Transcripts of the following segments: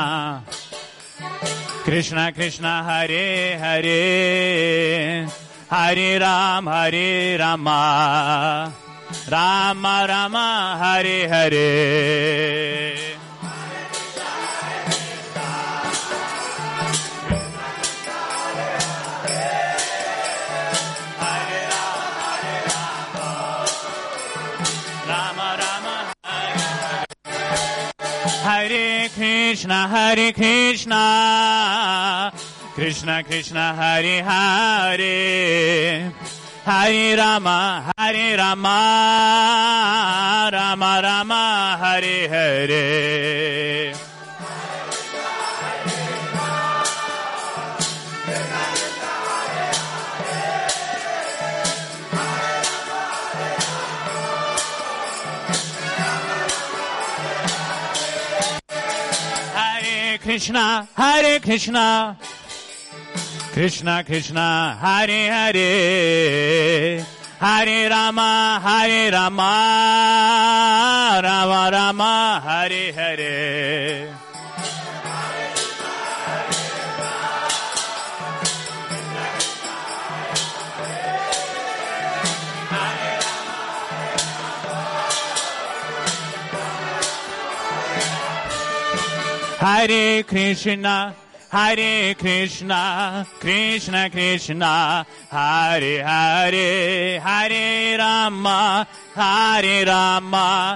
Krishna Krishna Hare Hare Hare Rama Rama Rama Hare Hare Hare Krishna, Krishna Krishna, Hare Hare, Hare Rama, Rama Rama, Hare Hare. Krishna, Hare Krishna, Krishna Krishna, Hare Hare, Hare Rama, Rama Rama, Hare Hare. Hare Krishna, Krishna Krishna, Hare Hare, Hare Rama, Rama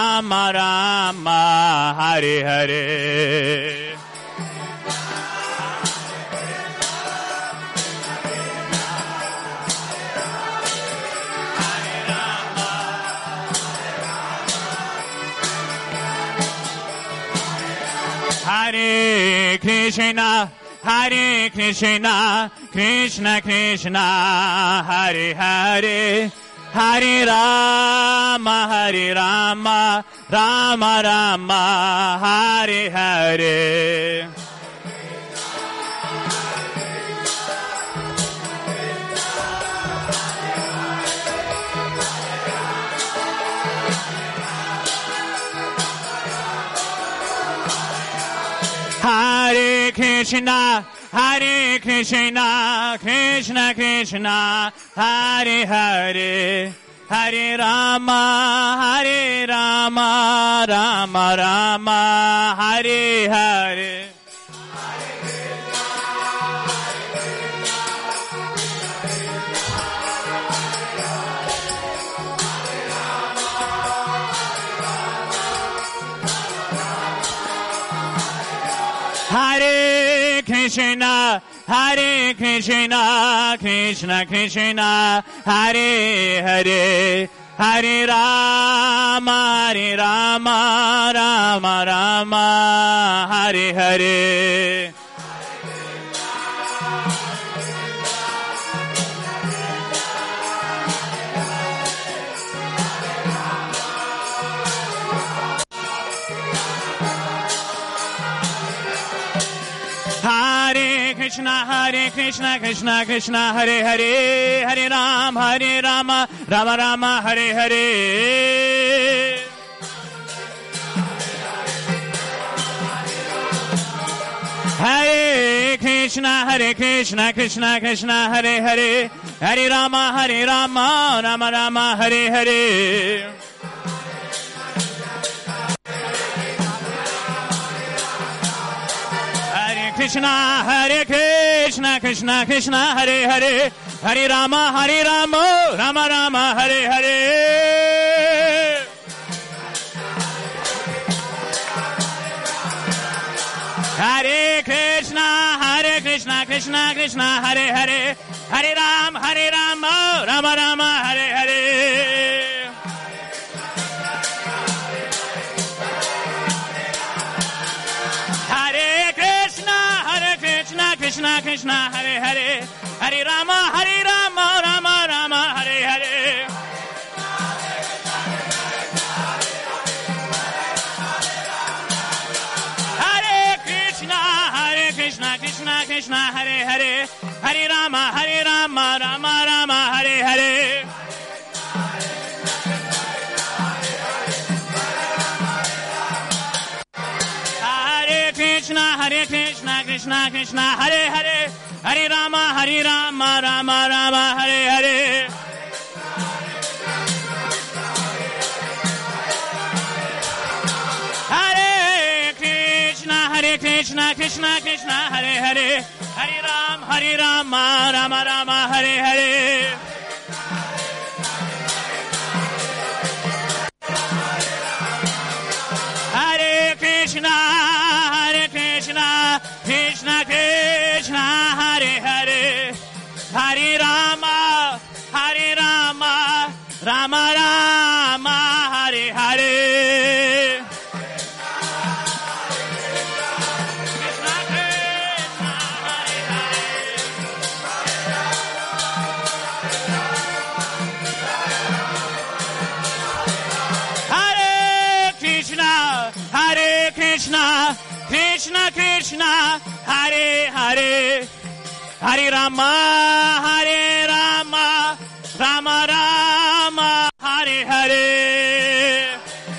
Rama, Hare Hare. Hare Krishna, Krishna Krishna, Hare Hare, Hare Rama, Rama Rama, Hare Hare. Hare Krishna, Krishna Krishna, Hare Hare, Hare Rama, Rama Rama, Hare Hare. Hare Krishna, Krishna Krishna, Hare Hare, Hare Rama, Rama Rama, Hare Hare. Hare Krishna, Krishna Krishna, Hare Hare, Hare Rama, Rama Rama, Hare Hare. Hare Krishna, Krishna Krishna, Hare Hare, Hare Rama, Rama Rama, Hare Hare. Krishna, Krishna Krishna, Hare Hare, Hare Rama, Rama Rama, Hare Hare. Hare Krishna, Krishna Krishna, Hare Hare, Hare Rama, Rama Rama, Hare Hare. Krishna Krishna, Hare Hare, Hare Rama, Rama Rama, Hare Hare. Hare Krishna, Krishna Krishna, Hare Hare, Hare Rama, Rama Rama, Hare Hare. Hare Krishna, Hare Krishna, Krishna Krishna, Hare Hare, Hare Rama, Rama Rama, Hare Hare. Hare Krishna, Krishna Krishna, Hare Hare, Hare Rama, Rama Rama, Hare Hare. Hare Krishna, Krishna Krishna, Hare Hare, Hare Rama, Rama Rama, Hare Hare. Hare Krishna, Krishna Krishna, Hare Hare, Hare Rama, Rama Rama, Hare Hare.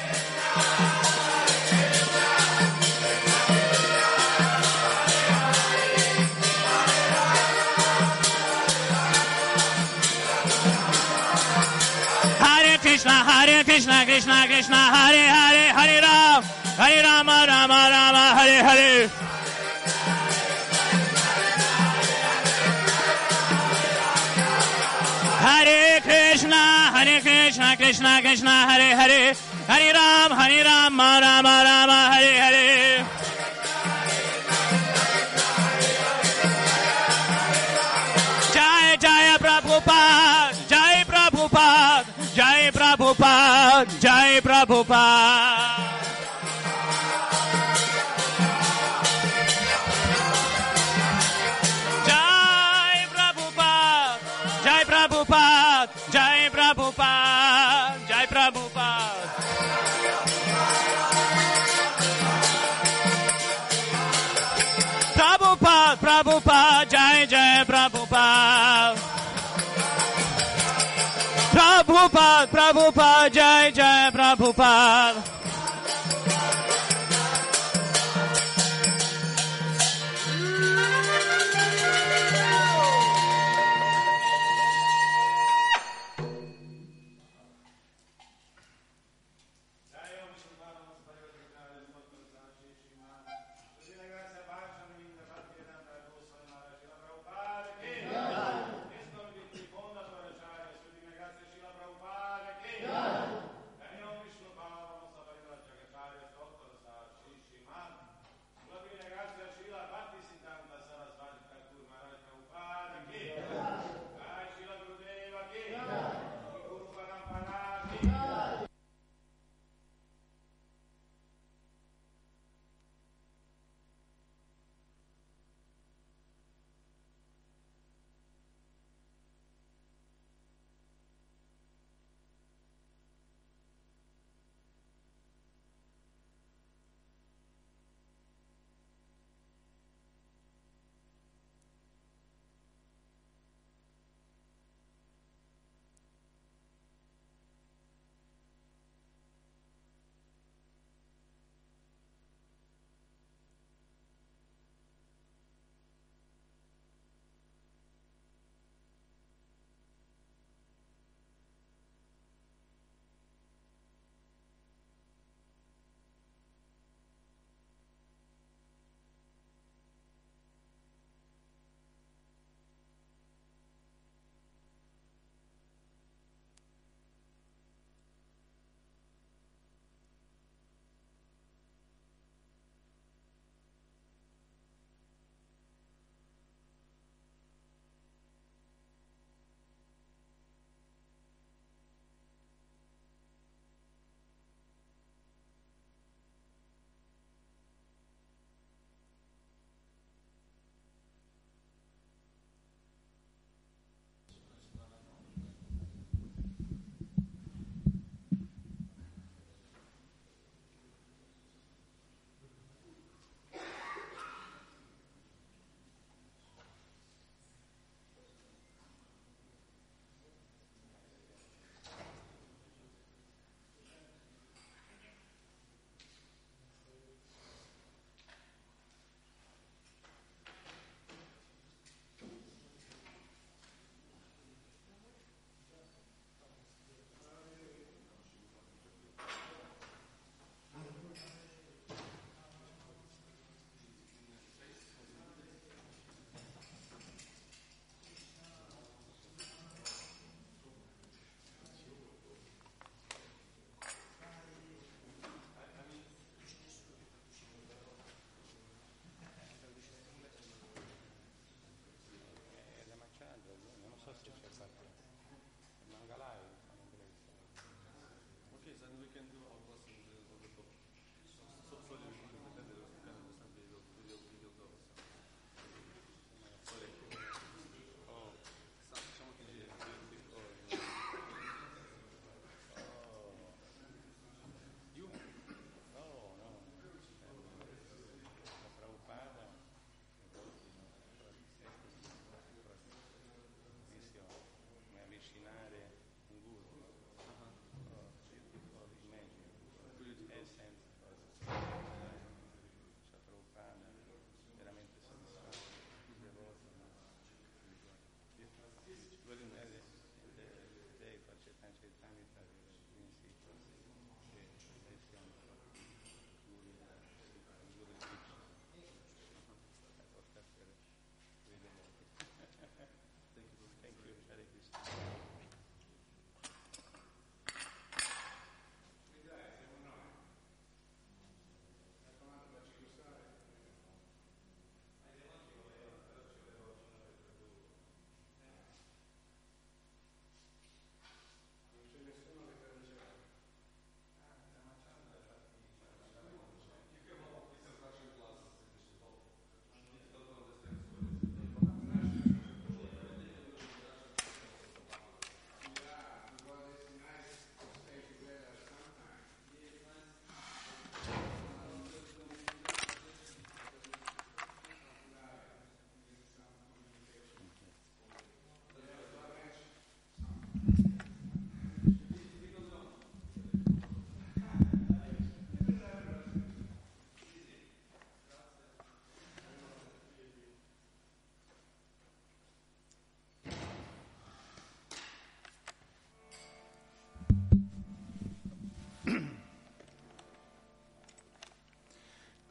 Hare Krishna, Krishna Krishna, Hare Hare, Hare Rama, Rama, Hare Hare. Hare Krishna, Krishna Krishna, Hare Hare, Hare Rama, Rama, Hare Hare. Jai Prabhupada, Jai Prabhupada, Jai Prabhupada, Jai Prabhupada. Jai Prabhupada, Jai Prabhupada, Jai Prabhupada. Prabhupada, Jai Prabhupada. Prabhupada, Jai Prabhupada.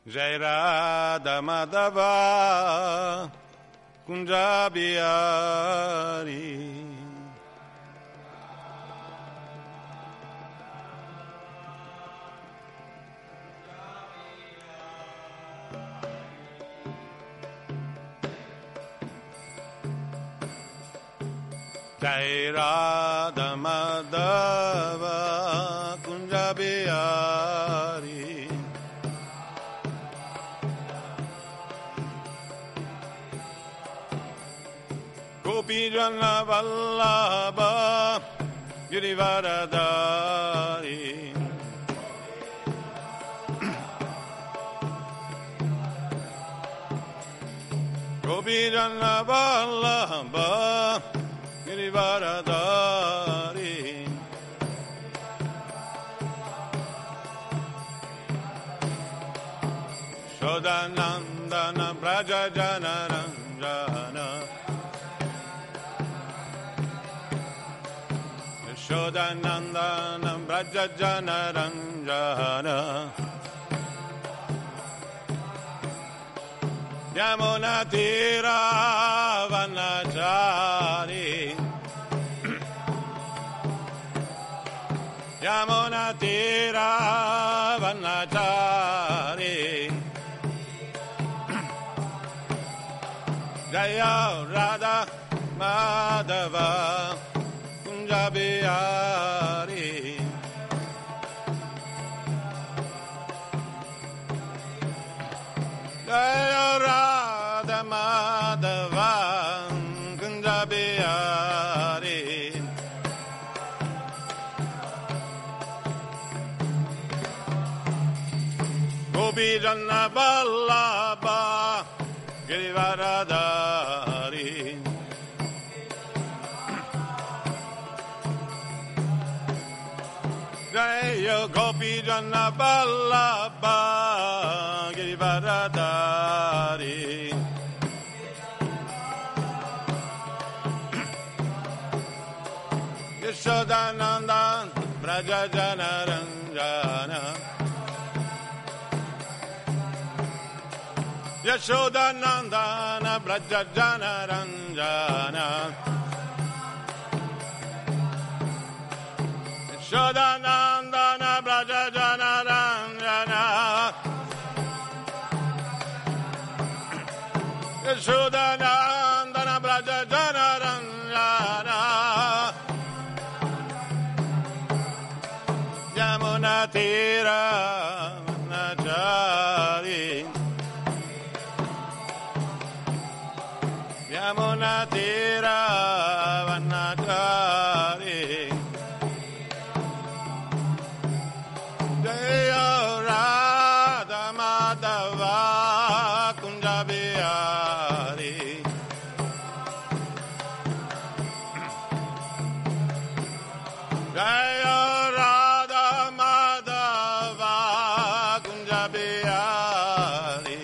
Jai Radha Madhava Kunja Bihari. Jai Radha Madhava Kunja Bihari. Gopi Jana Vallabha Girivaradari. Gopi Jana Vallabha Girivaradari. Shodanandana Braja Jana Ranjana. Shodanandana Braja Jana Ranjana. Yamuna Tira Vanachari. Yamuna Tira Vanachari. Jaya Radha Madhava Kunja Bihari. Jaya Radha Madhava Kunja Bihari. Gopi Jana Vallabha Girivaradari. Jaya Gopi Jana Vallabha Girivaradari. Yashodananda Braja Jana Ranjana. Yashodanandana Braja Jana Ranjana. Yashodanandana Braja Jana Ranjana. Yashodanandana Braja Jana Ranjana. Yamuna Tira Vanachari. Yamuna Tira Vanachari. Jaya Radha Madhava Kunja Bihari. Jaya Radha Madhava Kunja Bihari.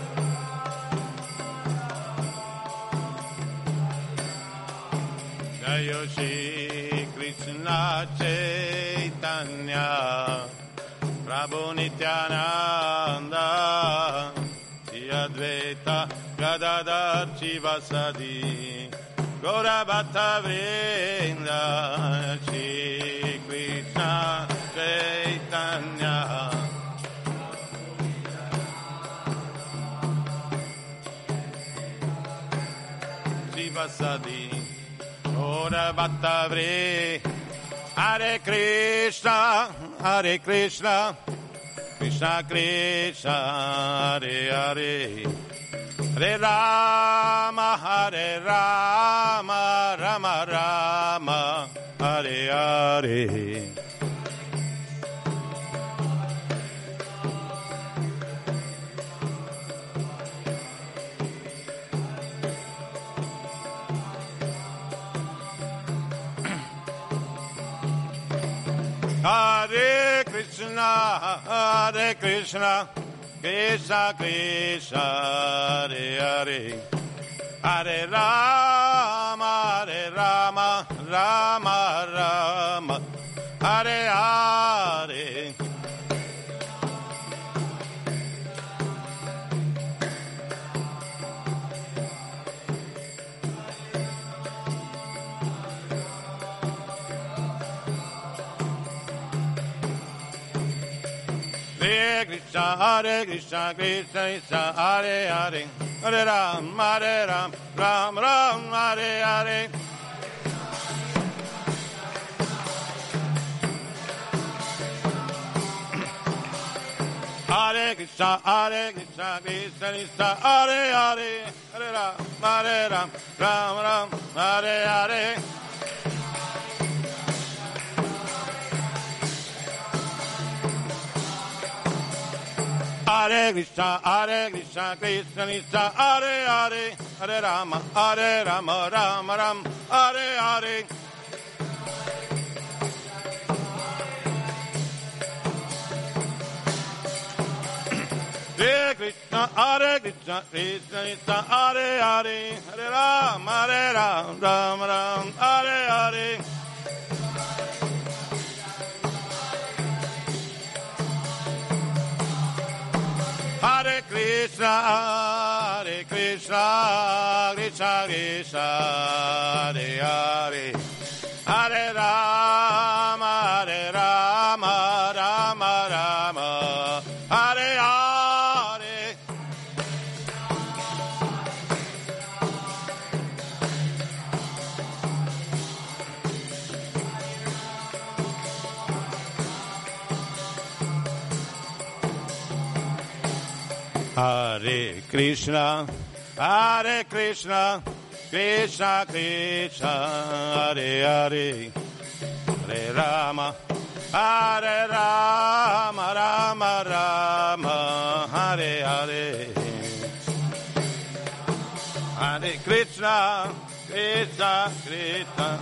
Jaya Shri Krishna Chaitanya Prabhu Nityananda Shri Advaita Gadadhar Shivasadi Gaura Bhatta Vrinda. Shri Krishna Chaitanya Shivasadi Gaura Bhatta Vrinda. Hare Krishna, Hare Krishna, Krishna Krishna, Hare Hare, Hare Rama, Hare Rama, Rama Rama, Hare Hare. Hare Krishna, Krishna Krishna, Hare Hare, Hare Rama, Rama Rama, Hare Hare. Hare Krishna, Krishna Krishna, Hare Hare, Hare Ram, Ram Ram, Hare Hare. Hare Krishna, Krishna Krishna, Hare Hare, Hare Ram, Ram Ram, Hare Hare. Hare Krishna, Krishna Krishna, Hare Hare, Hare Rama, Rama Ram, Hare Hare. Hare Krishna, Krishna Krishna, Hare Hare, Hare Rama, Rama Ram, Hare Hare. Hare Krishna, Krishna Krishna, Hare Hare, Hare Rama, Rama Rama, Hare Hare. Hare Krishna, Krishna Krishna, Hare Hare, Hare Rama, Rama Rama, Hare Hare. Hare Krishna, Krishna Krishna.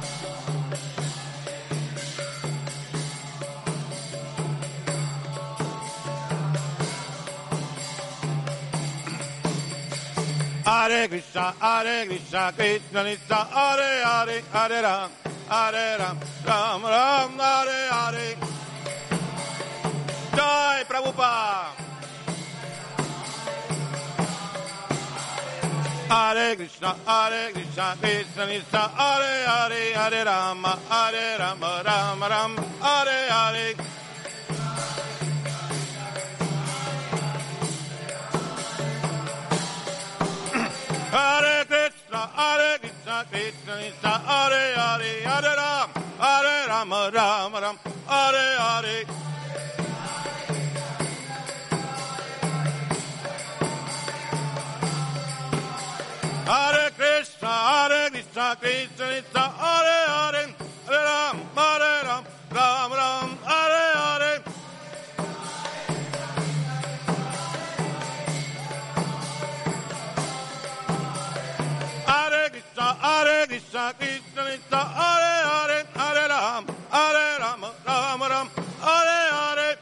Hare Krishna, Krishna Krishna, Hare Hare, Hare Ram, Ram Ram, Hare Hare. Jai Prabhupada. Hare Krishna, Krishna Krishna, Hare Hare, Hare Rama, Rama Ram, Hare Hare. Hare Krishna, Krishna Krishna, Hare Hare, Hare Rama, Rama Ram, Hare Hare. Hare Krishna, Krishna Krishna, Hare Hare, Hare Ram, Rama Ram, Hare Hare. Hare Krishna, Krishna, Hare Hare, Hare Rama, Rama Ram, Hare Hare.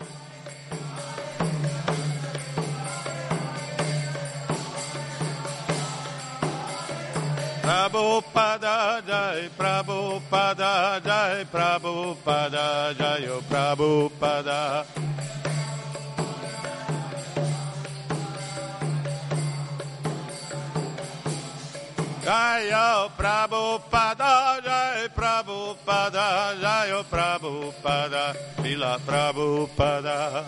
Prabhupada Jai, Prabhupada Jai, Prabhupada Jai, O Prabhupada. Jai Prabhupada, Jai Prabhupada, Jai Prabhupada, Srila Prabhupada.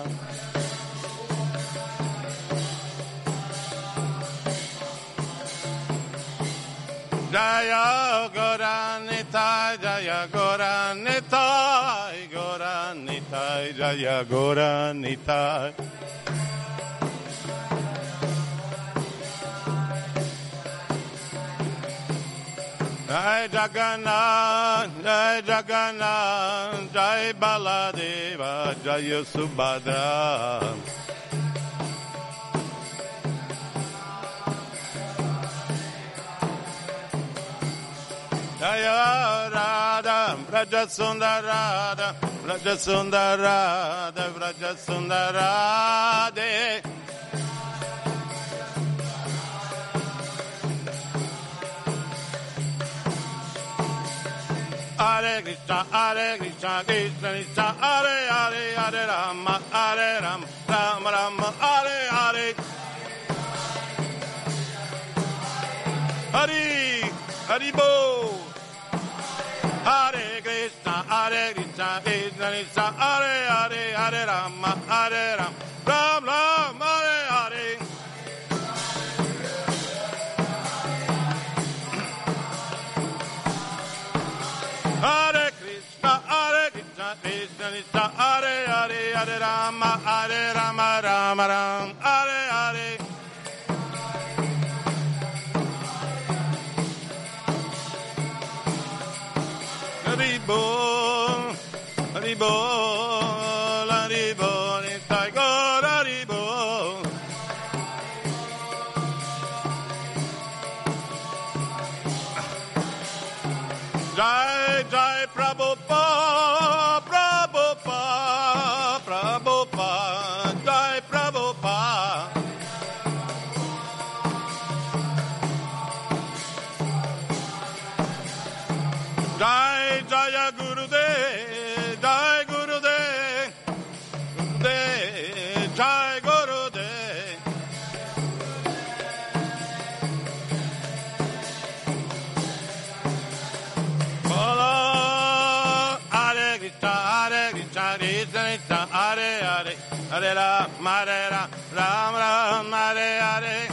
Jaya Goranita, Jaya Goranita, Goranita, Jaya Goranita. Jai Jagannath, Jai Jagannath, Jai Baladeva, Jai Subhadra. Jaya Radha, Vraja Sundarada, Vraja Sundarada, Vraja Sundarade. Hare Krishna, Krishna Krishna, Hare Hare, Hare Rama, Rama Rama, Hare Hare. Haribo. Hare Krishna, Krishna Krishna, Hare Hare, Hare Rama, Ram Ram Hare Hare. Hare Krishna, Krishna Krishna, Hare Hare, Hare Rama, Rama Ram, Hare Hare. Haribol, Haribol, Haribol, Nitai Gaur Haribol. Jai Jai Prabhupada, Prabhupada, Prabhupada, Jai Prabhupada. Jai Jaya Gurudev, Jai Gurudev, Gurudev, Jai Gurudev. Hare Krishna, Krishna Krishna, Hare Hare, Hare Rama, Ram Ram, Hare Hare.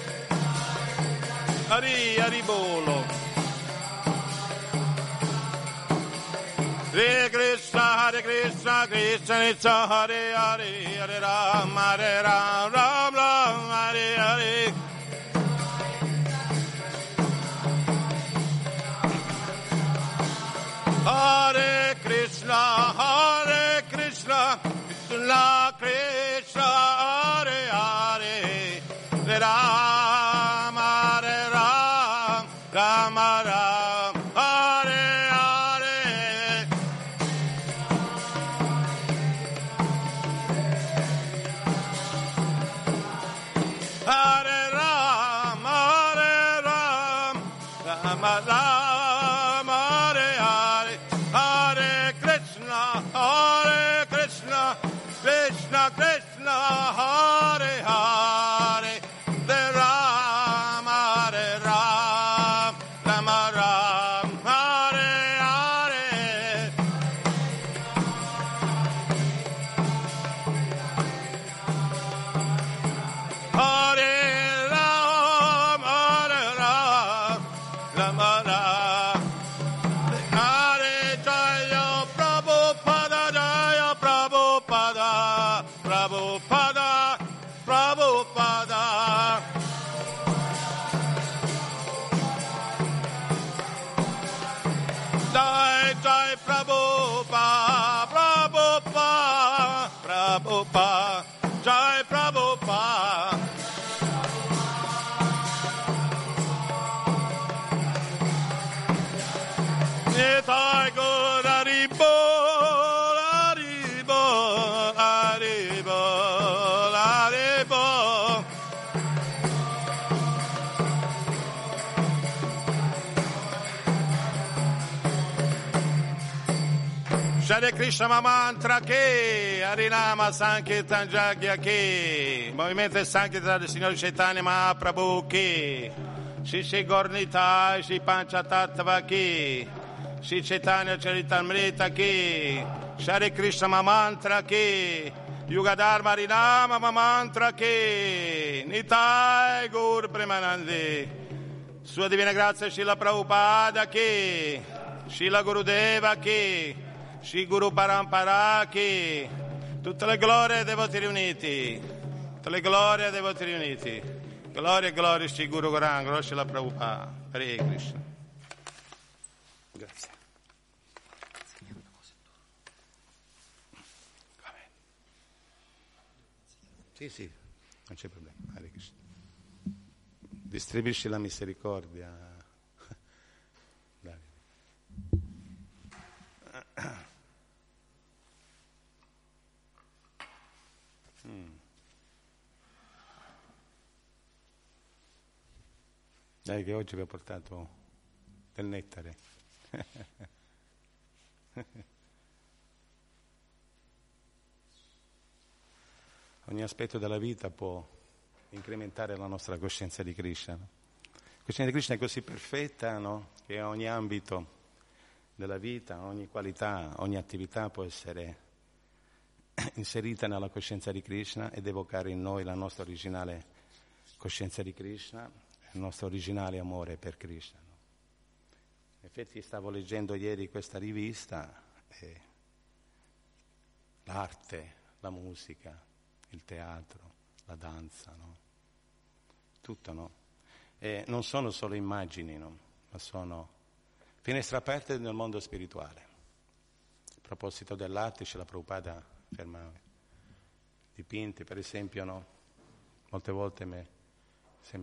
Hari Hari Bolo. Hare Krishna, Krishna Krishna, Hare Hare, Hare Rama, Ram Ram, Hare Hare. Hare Krishna, Krishna Krishna, Hare Hare, Hare Rama, Rama Ram, Hare Hare. Hare Rama, Rama Ram, Hare Hare. Hare Krishna, Krishna Krishna, Hare Hare, Hare Rama, Rama Ram, Hare Hare. Hare Rama, Rama Ram. Hare Jaya Prabhupada, Jaya Prabhupada, Prabhupada, Prabhupada. Jai Jai Prabhupada, Prabhupada, Prabhupada, Jai Prabhupada. Nitai Gaur Haribol, Haribol, Haribol, Haribol. Hare Krishna Mantra che Harinama Sankirtan Jagya che Movimento e Sankirtan del Signore Chaitanya Mahaprabhu che Shri Gornita Shri Panchatattva che Shri Chaitanya Charitamrita che Hare Krishna Mantra che Yuga Dharma Harinama Mantra che Nitai Gaur Premanande Sua Divina Grazia Srila Prabhupada che Srila Gurudeva che Shri Guru Parampara che tutte le glorie ai devoti riuniti, tutte le glorie ai devoti riuniti, gloria e gloria Shri Guru Gauranga, gloria Srila Prabhupada, Hare Krishna. Grazie. Sì, non c'è problema, Hare Krishna. Distribuisci la misericordia. Dai che oggi vi ho portato del nettare. Ogni aspetto della vita può incrementare la nostra coscienza di Krishna. La coscienza di Krishna è così perfetta, no? Che ogni ambito della vita, ogni qualità, ogni attività può essere inserita nella coscienza di Krishna ed evocare in noi la nostra originale coscienza di Krishna, il nostro originale amore per Krishna. No? In effetti stavo leggendo ieri questa rivista e l'arte, la musica, il teatro, la danza, no? Tutto, no? E non sono solo immagini, no? Ma sono finestre aperte nel mondo spirituale. A proposito dell'arte, Srila Prabhupada afferma dipinti, per esempio, no? Molte volte si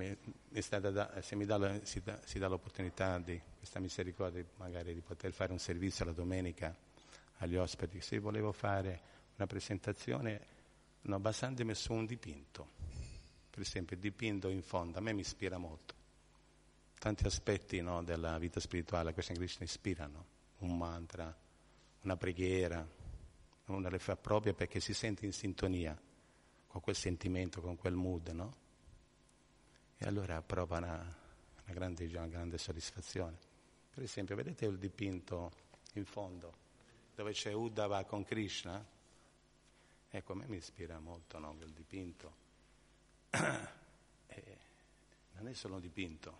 dà l'opportunità di questa misericordia magari di poter fare un servizio la domenica agli ospiti. Se volevo fare una presentazione, no, basandomi su un dipinto, per esempio il dipinto in fondo, a me mi ispira molto. Tanti aspetti, no, della vita spirituale, questi Krishna ispirano, un mantra, una preghiera, uno le fa proprie perché si sente in sintonia con quel sentimento, con quel mood, no? E allora prova una grande soddisfazione. Per esempio, vedete il dipinto in fondo, dove c'è Uddhava con Krishna? Ecco, a me mi ispira molto, no, quel dipinto. Non è solo un dipinto,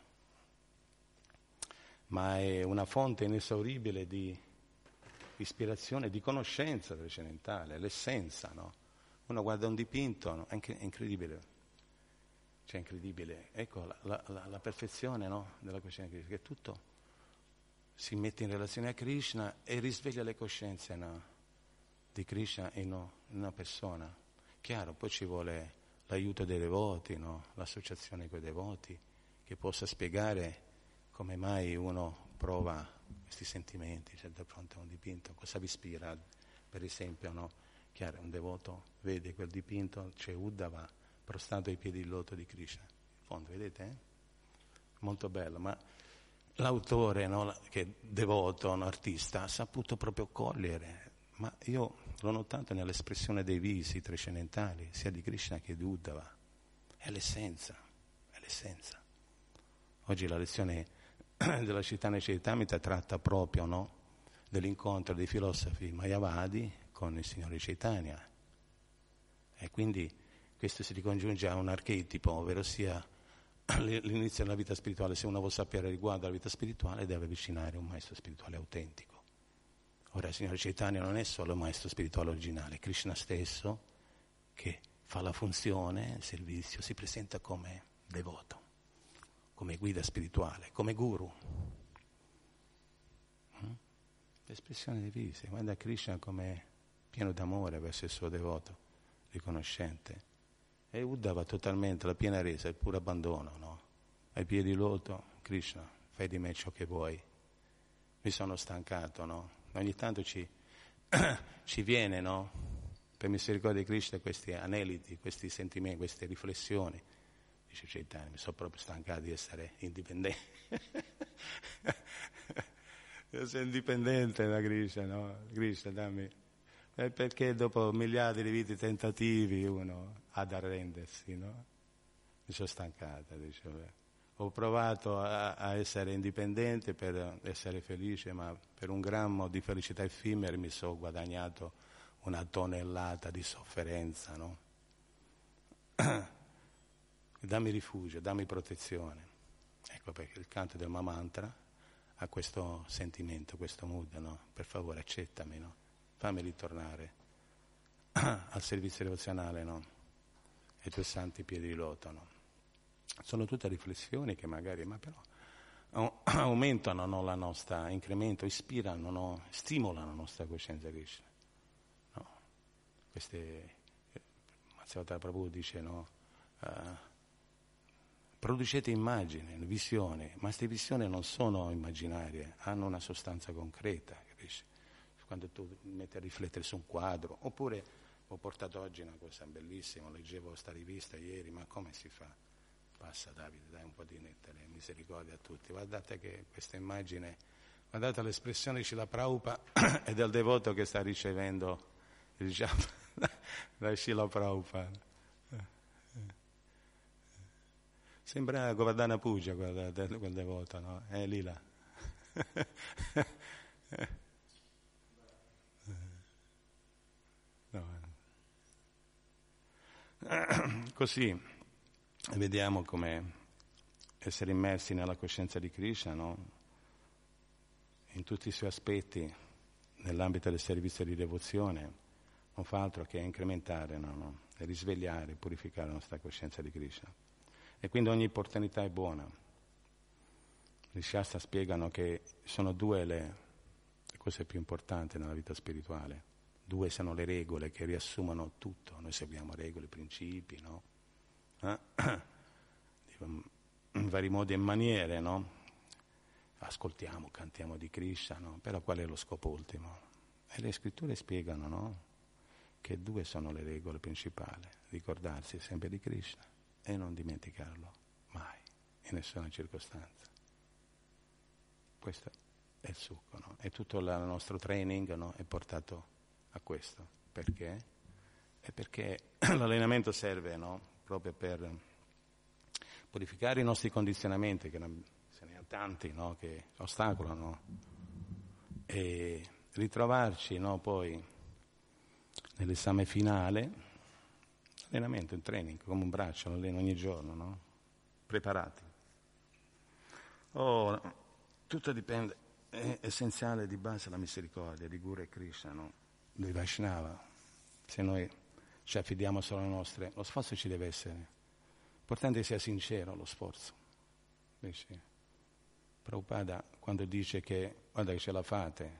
ma è una fonte inesauribile di ispirazione, di conoscenza trascendentale, l'essenza, no? Uno guarda un dipinto, no? È incredibile. Cioè incredibile, ecco la perfezione, no, della coscienza di Krishna, che tutto si mette in relazione a Krishna e risveglia le coscienze, no, di Krishna in una persona. Chiaro, poi ci vuole l'aiuto dei devoti, no, l'associazione con i devoti, che possa spiegare come mai uno prova questi sentimenti, cioè di fronte a un dipinto, cosa vi ispira, per esempio, no? Chiaro, un devoto vede quel dipinto, c'è Uddhava prostrato ai piedi il loto di Krishna, in fondo, vedete? Molto bello, ma l'autore, no, che è devoto, un artista, ha saputo proprio cogliere, ma io l'ho notato nell'espressione dei visi trascendentali, sia di Krishna che di Uddhava, è l'essenza. Oggi la lezione della Chaitanya Charitamrita tratta proprio, no, dell'incontro dei filosofi Mayavadi con il Signore Chaitanya, e quindi questo si ricongiunge a un archetipo, ovvero sia l'inizio della vita spirituale. Se uno vuole sapere riguardo alla vita spirituale deve avvicinare un maestro spirituale autentico. Ora il Signore Chaitanya non è solo il maestro spirituale originale, è Krishna stesso che fa la funzione, il servizio, si presenta come devoto, come guida spirituale, come guru. L'espressione dei visi, guarda Krishna come pieno d'amore verso il suo devoto, riconoscente. E Uddhava totalmente la piena resa, il puro abbandono, no? Ai piedi loto, Krishna, fai di me ciò che vuoi. Mi sono stancato, no? Ogni tanto ci viene, no? Per misericordia di Krishna questi aneliti, questi sentimenti, queste riflessioni. Dice Chaitanya, mi sono proprio stancato di essere indipendente. Io sono indipendente da Krishna, no? Krishna, dammi. Perché dopo miliardi di vite tentativi uno ha da arrendersi, no? Mi sono stancata, dice. Ho provato a essere indipendente per essere felice, ma per un grammo di felicità effimera mi sono guadagnato una tonnellata di sofferenza, no? Dammi rifugio, dammi protezione. Ecco perché il canto del Mahamantra ha questo sentimento, questo mood, no? Per favore accettami, no? Fammi ritornare al servizio devozionale, no? Ai tuoi santi piedi di loto, no? Sono tutte riflessioni che magari, ma però aumentano, no, la nostra incremento, ispirano, no? Stimolano la nostra coscienza Krishna, no? Queste Matsuvatara Prabhu dice, no? Producete immagini, visioni, ma queste visioni non sono immaginarie, hanno una sostanza concreta, capisci? Quando tu metti a riflettere su un quadro, oppure ho portato oggi una cosa bellissima, leggevo sta rivista ieri, ma come si fa? Passa Davide, dai un po' di misericordia a tutti, guardate che questa immagine, guardate l'espressione di Srila Prabhupada e del devoto che sta ricevendo il japa da Srila Prabhupada. Sembra Govardhana Puja quel devoto, no? È lì là. No, Così vediamo come essere immersi nella coscienza di Krishna, no? In tutti i suoi aspetti, nell'ambito del servizio di devozione, non fa altro che incrementare, e risvegliare, purificare la nostra coscienza di Krishna. E quindi ogni opportunità è buona. Gli Shastra spiegano che sono due le cose più importanti nella vita spirituale. Due sono le regole che riassumono tutto. Noi seguiamo regole, principi, no? In vari modi e maniere, no? Ascoltiamo, cantiamo di Krishna, no? Però qual è lo scopo ultimo? E le scritture spiegano, no? Che due sono le regole principali: ricordarsi sempre di Krishna e non dimenticarlo mai, in nessuna circostanza. Questo è il succo, no? E tutto il nostro training, no, è portato a questo. Perché? È perché l'allenamento serve, no, proprio per purificare i nostri condizionamenti, che se ne ha tanti, no, che ostacolano, e ritrovarci, no, poi nell'esame finale, allenamento, un training, come un braccio, lo alleno ogni giorno, no? Preparati. Tutto dipende, è essenziale di base la misericordia di Guru e Krishna, no? Dei Vaishnava. Se noi ci affidiamo solo alle nostre, lo sforzo ci deve essere. L'importante è che sia sincero lo sforzo. Invece, Prabhupada, quando dice che, guarda che ce la fate,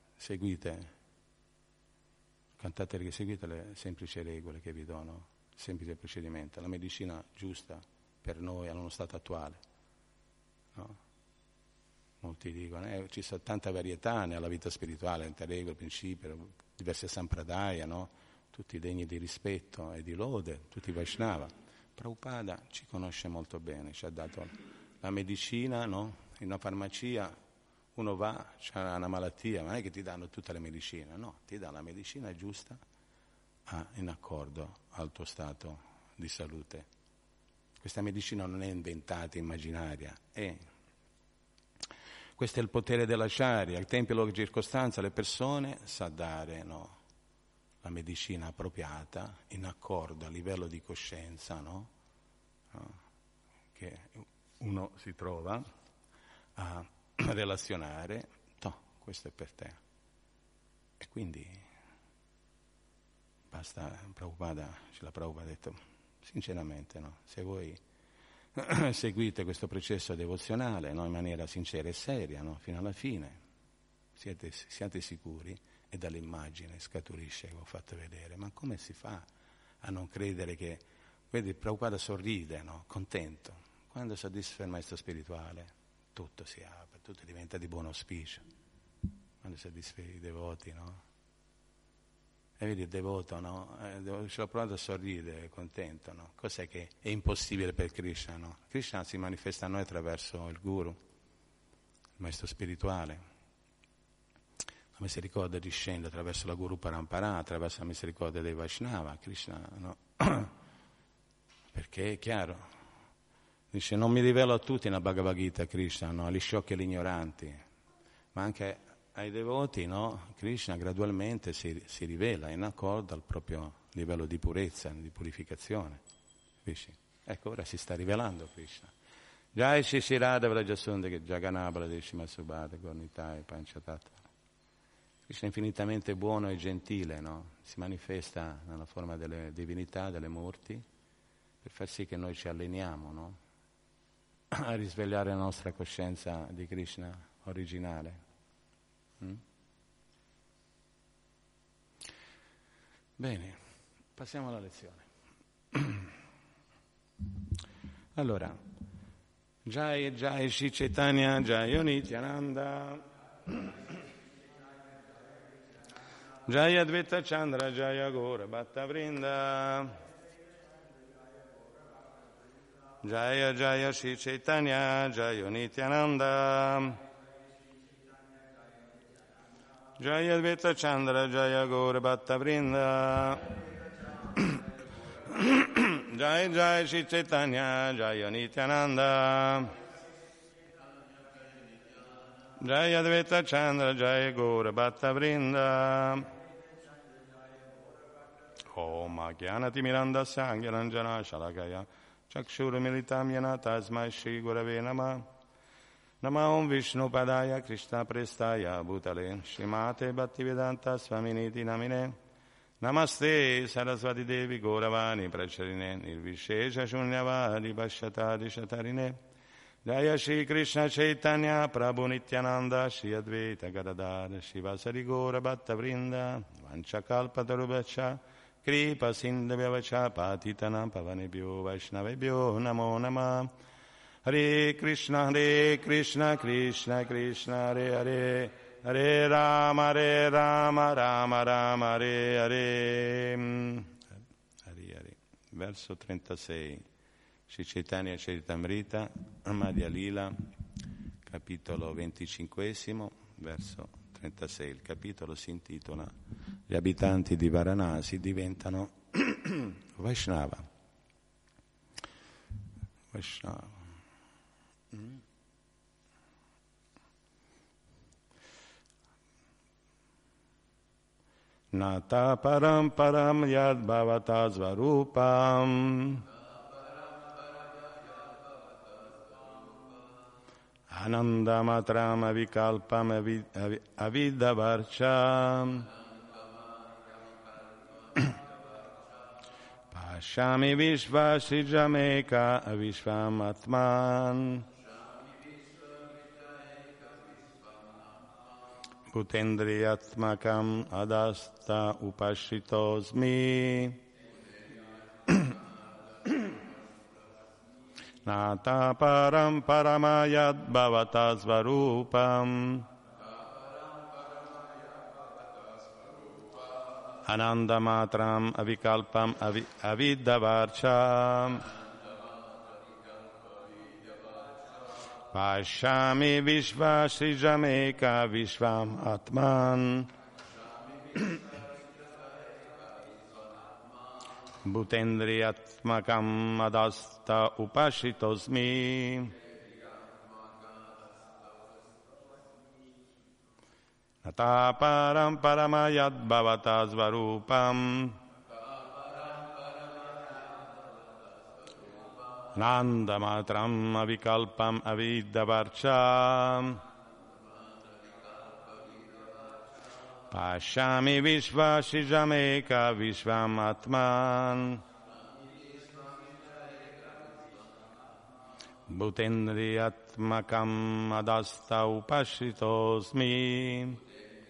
seguite le semplici regole che vi dono, semplice procedimento, la medicina giusta per noi allo stato attuale, no? Molti dicono, ci sono tanta varietà nella vita spirituale, tante regole, principi, diverse sampradaya, no? Tutti degni di rispetto e di lode, tutti Vaishnava. Prabhupada ci conosce molto bene, ci ha dato la medicina, no? In una farmacia uno va, c'ha una malattia, ma non è che ti danno tutta la medicina, no, ti dà la medicina giusta in accordo al tuo stato di salute. Questa medicina non è inventata, immaginaria, questo è il potere della Charya. Al tempo e luogo di circostanza le persone sa dare, no, la medicina appropriata in accordo a livello di coscienza, no? Che uno si trova a relazionare, no, questo è per te. E quindi basta, Prabhupada ha detto sinceramente, no? Se voi seguite questo processo devozionale, no, in maniera sincera e seria, no, fino alla fine, siate sicuri, e dall'immagine scaturisce che ho fatto vedere. Ma come si fa a non credere che, vedi, Prabhupada sorride, no, contento. Quando soddisfa il maestro spirituale, tutto si apre, tutto diventa di buon auspicio. Quando soddisfa i devoti, no? E vedi il devoto, no? Ce l'ho provato a sorridere, contento, no? Cos'è che è impossibile per Krishna, no? Krishna si manifesta a noi attraverso il Guru, il maestro spirituale. La misericordia discende attraverso la Guru Parampara, attraverso la misericordia dei Vaishnava. Krishna, no? Perché è chiaro, dice: non mi rivelo a tutti nella Bhagavad Gita, Krishna, no? Agli sciocchi e agli ignoranti, ma anche ai devoti, no? Krishna gradualmente si rivela in accordo al proprio livello di purezza, di purificazione. Capisci? Ecco, ora si sta rivelando Krishna. Jai Shri Radha Vrajasundha Jaganabala Deshima Subhata Gornitai Panchatattva. Krishna è infinitamente buono e gentile, no? Si manifesta nella forma delle divinità, delle morti, per far sì che noi ci alleniamo, no? A risvegliare la nostra coscienza di Krishna originale. Bene, passiamo alla lezione. Allora, Jai Jai Shri Chaitanya Jai Nityananda Jai Advaita Chandra Jai Gaura Bhatta Vrinda Jaya Jaya Shri Chaitanya Jaya Nityananda Jaya Advaita Chandra Jaya Gaura Bhatta Vrinda Jaya Jaya Shri Chaitanya Jaya Nityananda Jaya Advaita Chandra Jaya Gaura Bhatta Vrinda Om Jnanati Mirandasya Anjaranjana Shalakaya Chakshurmilitam Yana Tasmai Shri Gurave Namah Nama Om Vishnu Padaya Krishna Prestaya Bhutale Srimate Bhaktivedanta Swaminiti Namine Namaste Saraswati Devi Gauravani Pracharine Nirvishesha Shunyavadi Bhashatadi Shatarine Jaya Shri Krishna Chaitanya Prabhu Nityananda Shri Advaita Gadadhar Shivasari Gaura Bhatta Vrinda Vanchakalpatarubacha Kripa Sindhavyacha Patitanam Pavanebhyo Vaishnavebhyo Namo Namah Hare Krishna Krishna Krishna Hare Hare Hare Rama Rama Rama Hare Hare. Hare. Verso 36. Sri Chaitanya Charitamrita, Madhya Lila, capitolo 25, verso 36. Il capitolo si intitola Gli abitanti di Varanasi diventano Vaishnava. Nata param yad bhavata svarupam Anandamatram avikalpam avidavarcham Pashami vishvasijameka avishvam atman Bhutendriyatmakam adasta upashitosmi Nata param paramayad bhavata svarupam Anandamatram avikalpam avidavarcham Pashami vishvasrijameka vishvam atman Bhutendriyatmakam adasta upashitosmi Nata param paramayad bhavata svarupam Nandamatram avikalpam avidavarcham Pashami vishvasijameka vishvam atman Bhutendriyatmakam adasta upashitosmi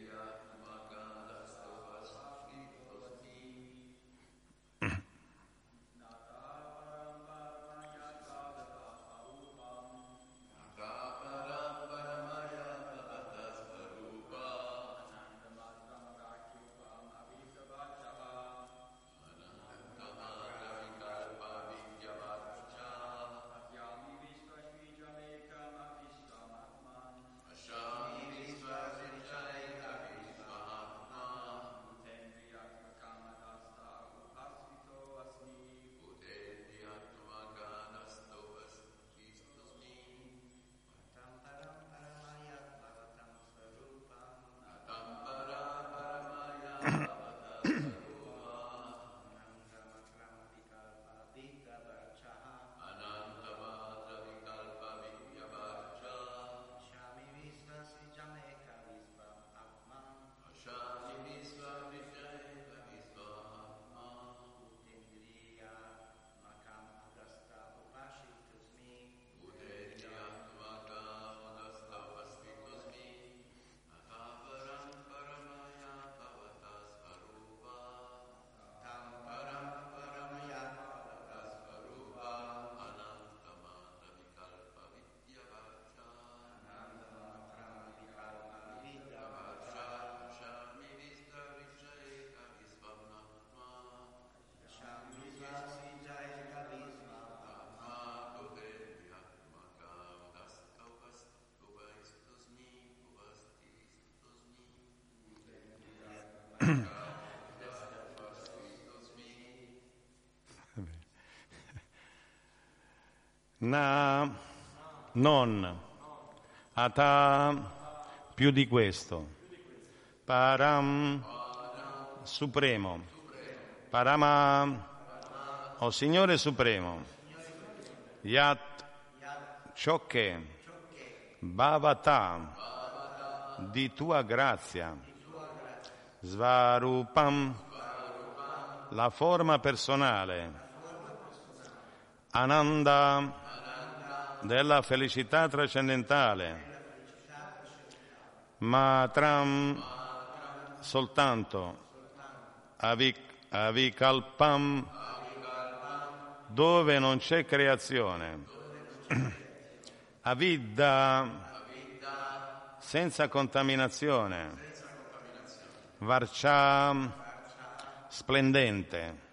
Na, non, ata, più di questo, param, supremo, Parama, o Signore Supremo, Yat, ciò che, Bhavata, di tua grazia, Svarupam, la forma personale, Ananda, della felicità trascendentale, Matram, soltanto, Avikalpam, dove non c'è creazione, Avidda, senza contaminazione, Varcha, splendente,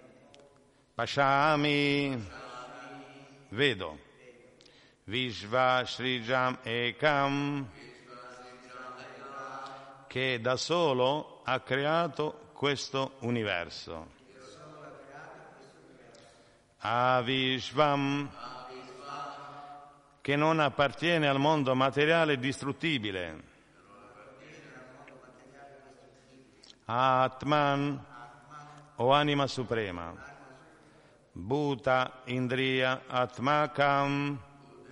Pashami, vedo, Vishva Srijam Ekam, che da solo ha creato questo universo. Avishvam, che non appartiene al mondo materiale distruttibile. Atman, o anima suprema. Bhuta Indriya Atmakam,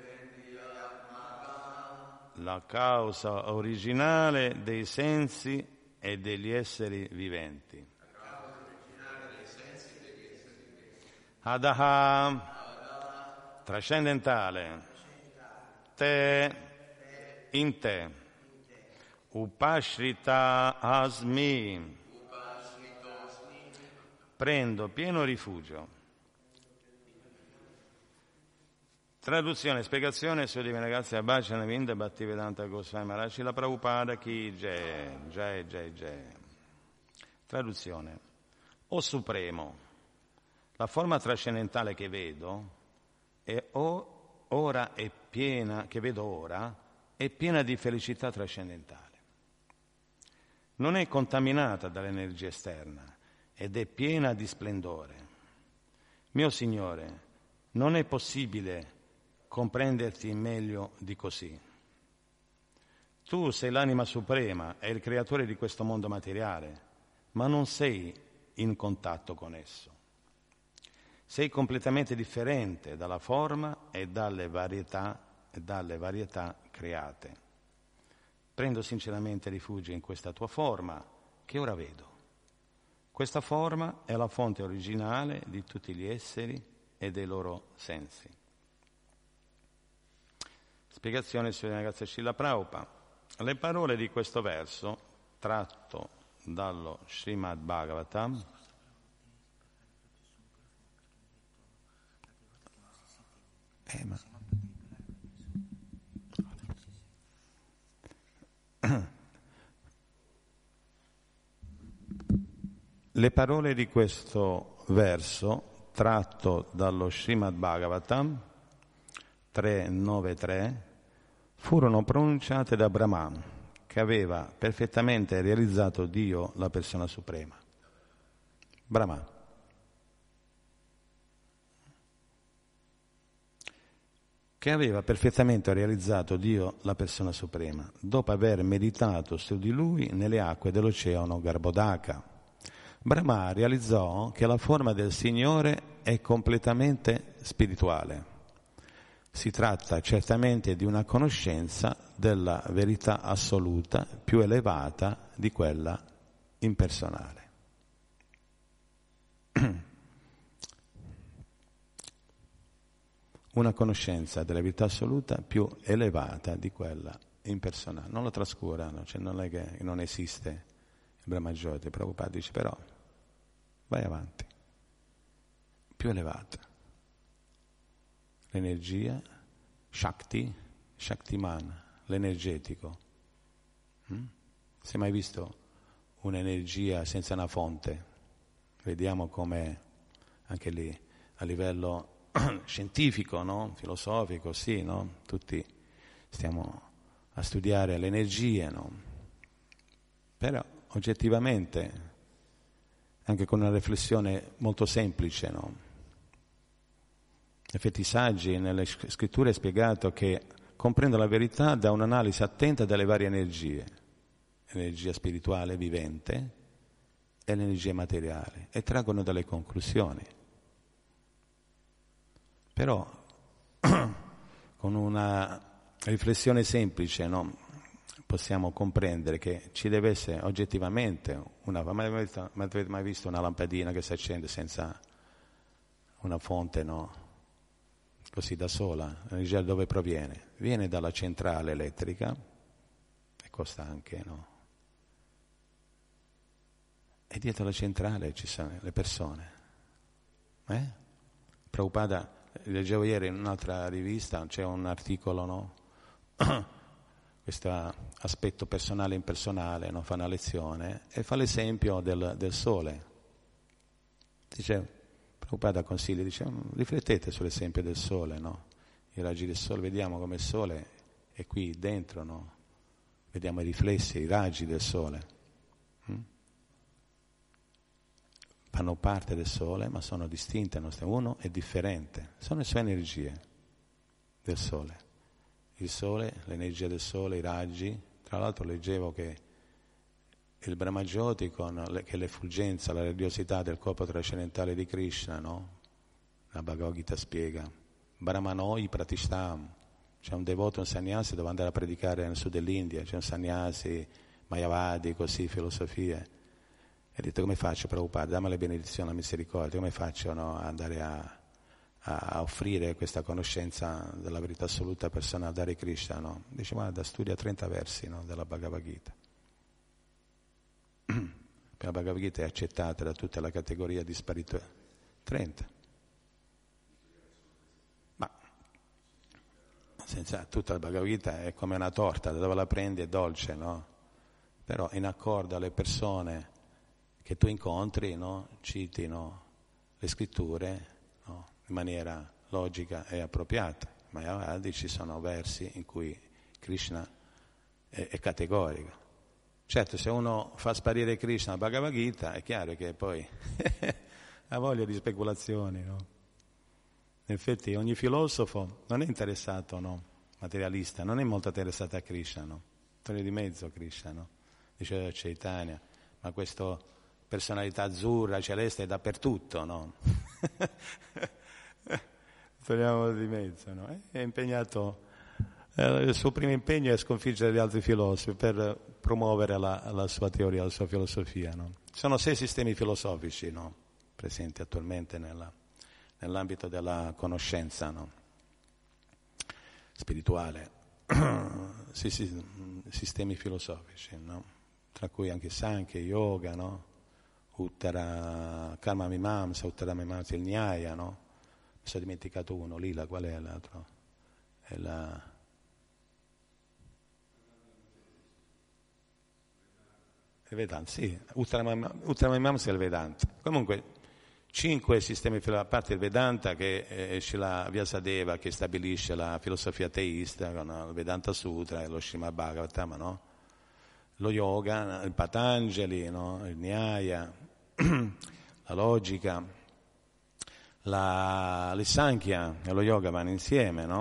la causa originale dei sensi e degli esseri viventi. Adaha, trascendentale. Te, in te. Upashrita asmi, prendo pieno rifugio. Traduzione e spiegazione su Divina Grazia Bhajana Vinda Bhaktivedanta Goswami Maharaj Srila Prabhupada Ki Jai, Jai Jai Jai. Traduzione. O Supremo, la forma trascendentale che vedo ora è piena, che vedo ora, è piena di felicità trascendentale. Non è contaminata dall'energia esterna ed è piena di splendore. Mio Signore, non è possibile comprenderti meglio di così. Tu sei l'anima suprema e il creatore di questo mondo materiale, ma non sei in contatto con esso. Sei completamente differente dalla forma e dalle varietà create. Prendo sinceramente rifugio in questa tua forma che ora vedo. Questa forma è la fonte originale di tutti gli esseri e dei loro sensi. Spiegazione sulla ragazza Srila Prabhupada. Le parole di questo verso, tratto dallo Srimad Bhagavatam, le parole di questo verso, tratto dallo Srimad Bhagavatam 393, furono pronunciate da Brahman, che aveva perfettamente realizzato Dio, la persona suprema. Brahman. Che aveva perfettamente realizzato Dio, la persona suprema, dopo aver meditato su di lui nelle acque dell'oceano Garbhodaka. Brahma realizzò che la forma del Signore è completamente spirituale. Si tratta certamente di una conoscenza della verità assoluta più elevata di quella impersonale. Una conoscenza della verità assoluta più elevata di quella impersonale. Non lo trascurano, cioè non è che non esiste il Brahma Jyoti. Prabhupada dice però vai avanti, più elevata. L'energia, Shakti, Shaktiman, l'energetico. Si è mai visto un'energia senza una fonte? Vediamo come anche lì a livello scientifico, no? Filosofico, sì, no? Tutti stiamo a studiare le energie, no? Però oggettivamente, anche con una riflessione molto semplice, no? In effetti i saggi nelle scritture è spiegato che comprende la verità da un'analisi attenta delle varie energie, energia spirituale vivente e le energie materiali e traggono delle conclusioni. Però con una riflessione semplice, no, possiamo comprendere che ci deve essere oggettivamente ma avete mai visto una lampadina che si accende senza una fonte, no? Così da sola? L'energia dove proviene? Viene dalla centrale elettrica e costa anche, no? E dietro la centrale ci sono le persone. Prabhupada, leggevo ieri in un'altra rivista, c'è un articolo, no? Questo aspetto personale e impersonale, no? Fa una lezione e fa l'esempio del sole. Dice, Prabhupada consiglia, dice, riflettete sull'esempio del sole, no? I raggi del sole, vediamo come il sole è qui dentro, no? Vediamo i riflessi, i raggi del sole. Fanno parte del sole, ma sono distinte. Uno è differente, sono le sue energie del sole. Il sole, l'energia del sole, i raggi. Tra l'altro leggevo che il Brahmajyoti, che è l'effulgenza, la radiosità del corpo trascendentale di Krishna, no? La Bhagavad Gita spiega, Brahmanoi Pratishtam, c'è un devoto, un sannyasi, dove andare a predicare nel sud dell'India, c'è un sannyasi, Mayavadi, così, filosofie. E ha detto, come faccio, Prabhupada, dammi la benedizione, la misericordia, come faccio, no, andare a offrire questa conoscenza della verità assoluta personale, dare Krishna, no? Dice, guarda, studia 30 versi, no, della Bhagavad Gita. La Bhagavad Gita è accettata da tutta la categoria di spiritualità. 30. Ma senza tutta la Bhagavad Gita è come una torta, da dove la prendi è dolce, no? Però in accordo alle persone che tu incontri, no? Citi, no? Le scritture, no? In maniera logica e appropriata. Ma avanti ci sono versi in cui Krishna è categorico. Certo, se uno fa sparire Krishna a Bhagavad Gita, è chiaro che poi ha voglia di speculazioni, no? In effetti ogni filosofo non è interessato, no? Materialista, non è molto interessato a Krishna, no? Torna di mezzo Krishna, no? Dice Chaitanya, ma questo personalità azzurra, celeste è dappertutto, no? Torniamo di mezzo, no? È impegnato, il suo primo impegno è sconfiggere gli altri filosofi per promuovere la sua teoria, la sua filosofia, no? Ci sono 6 sistemi filosofici, no? Presenti attualmente nell'ambito della conoscenza, no? Spirituale. Sistemi filosofici, no? Tra cui anche Sankhya, Yoga, no? Karma Mimamsa, Uttara Mimamsa, il Nyaya, no? Mi sono dimenticato uno, Lila, qual è l'altro? È il Vedanta, sì, Uttara Mimamsa è il Vedanta. Comunque 5 sistemi, a parte il Vedanta che è Srila Vyasadeva che stabilisce la filosofia teista con il Vedanta Sutra e lo Srimad Bhagavatam, no? Lo yoga, il Patanjali, no? Il Nyaya, la logica, il Sankhya e lo yoga vanno insieme, no?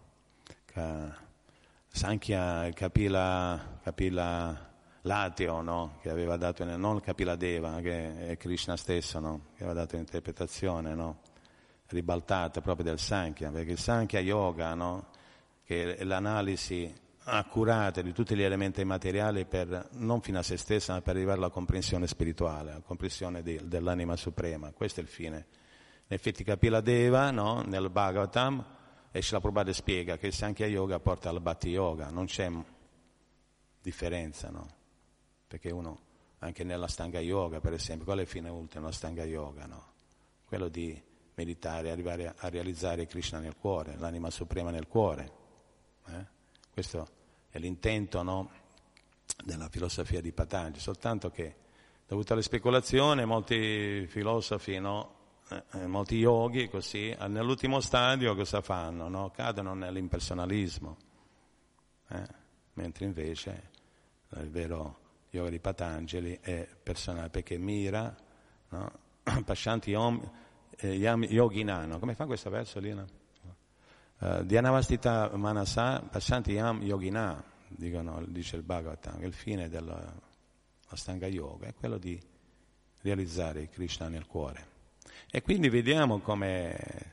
Sankhya, il Kapila Lateo, no? Che aveva dato, non Kapila Deva, che è Krishna stesso, no? Che aveva dato un'interpretazione, no? Ribaltata proprio del Sankhya, perché il Sankhya Yoga, no? Che è l'analisi accurata di tutti gli elementi materiali per, non fino a se stessa, ma per arrivare alla comprensione spirituale, alla comprensione dell'anima suprema. Questo è il fine. In effetti Kapila Deva, no? Nel Bhagavatam, e Srila Prabhupada spiega che il Sankhya Yoga porta al Bhakti Yoga, non c'è differenza, no? Perché uno, anche nella Stanga Yoga, per esempio, qual è il fine ultimo della Stanga Yoga, no? Quello di meditare, arrivare a realizzare Krishna nel cuore, l'anima suprema nel cuore. Questo è l'intento, no? Della filosofia di Patanjali, soltanto che, dovuto alle speculazioni, molti filosofi, no? Molti yogi, così, nell'ultimo stadio cosa fanno? No? Cadono nell'impersonalismo, mentre invece il vero yoga di Patanjali è personale, perché mira, no? Pashanti yam yoginano. Come fa questo verso lì? No? Dhyanavastita manasa pashanti yam yogina, dice il Bhagavatam, che il fine della Stanga Yoga è quello di realizzare Krishna nel cuore. E quindi vediamo come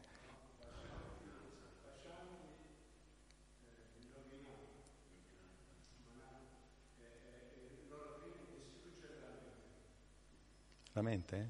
la mente?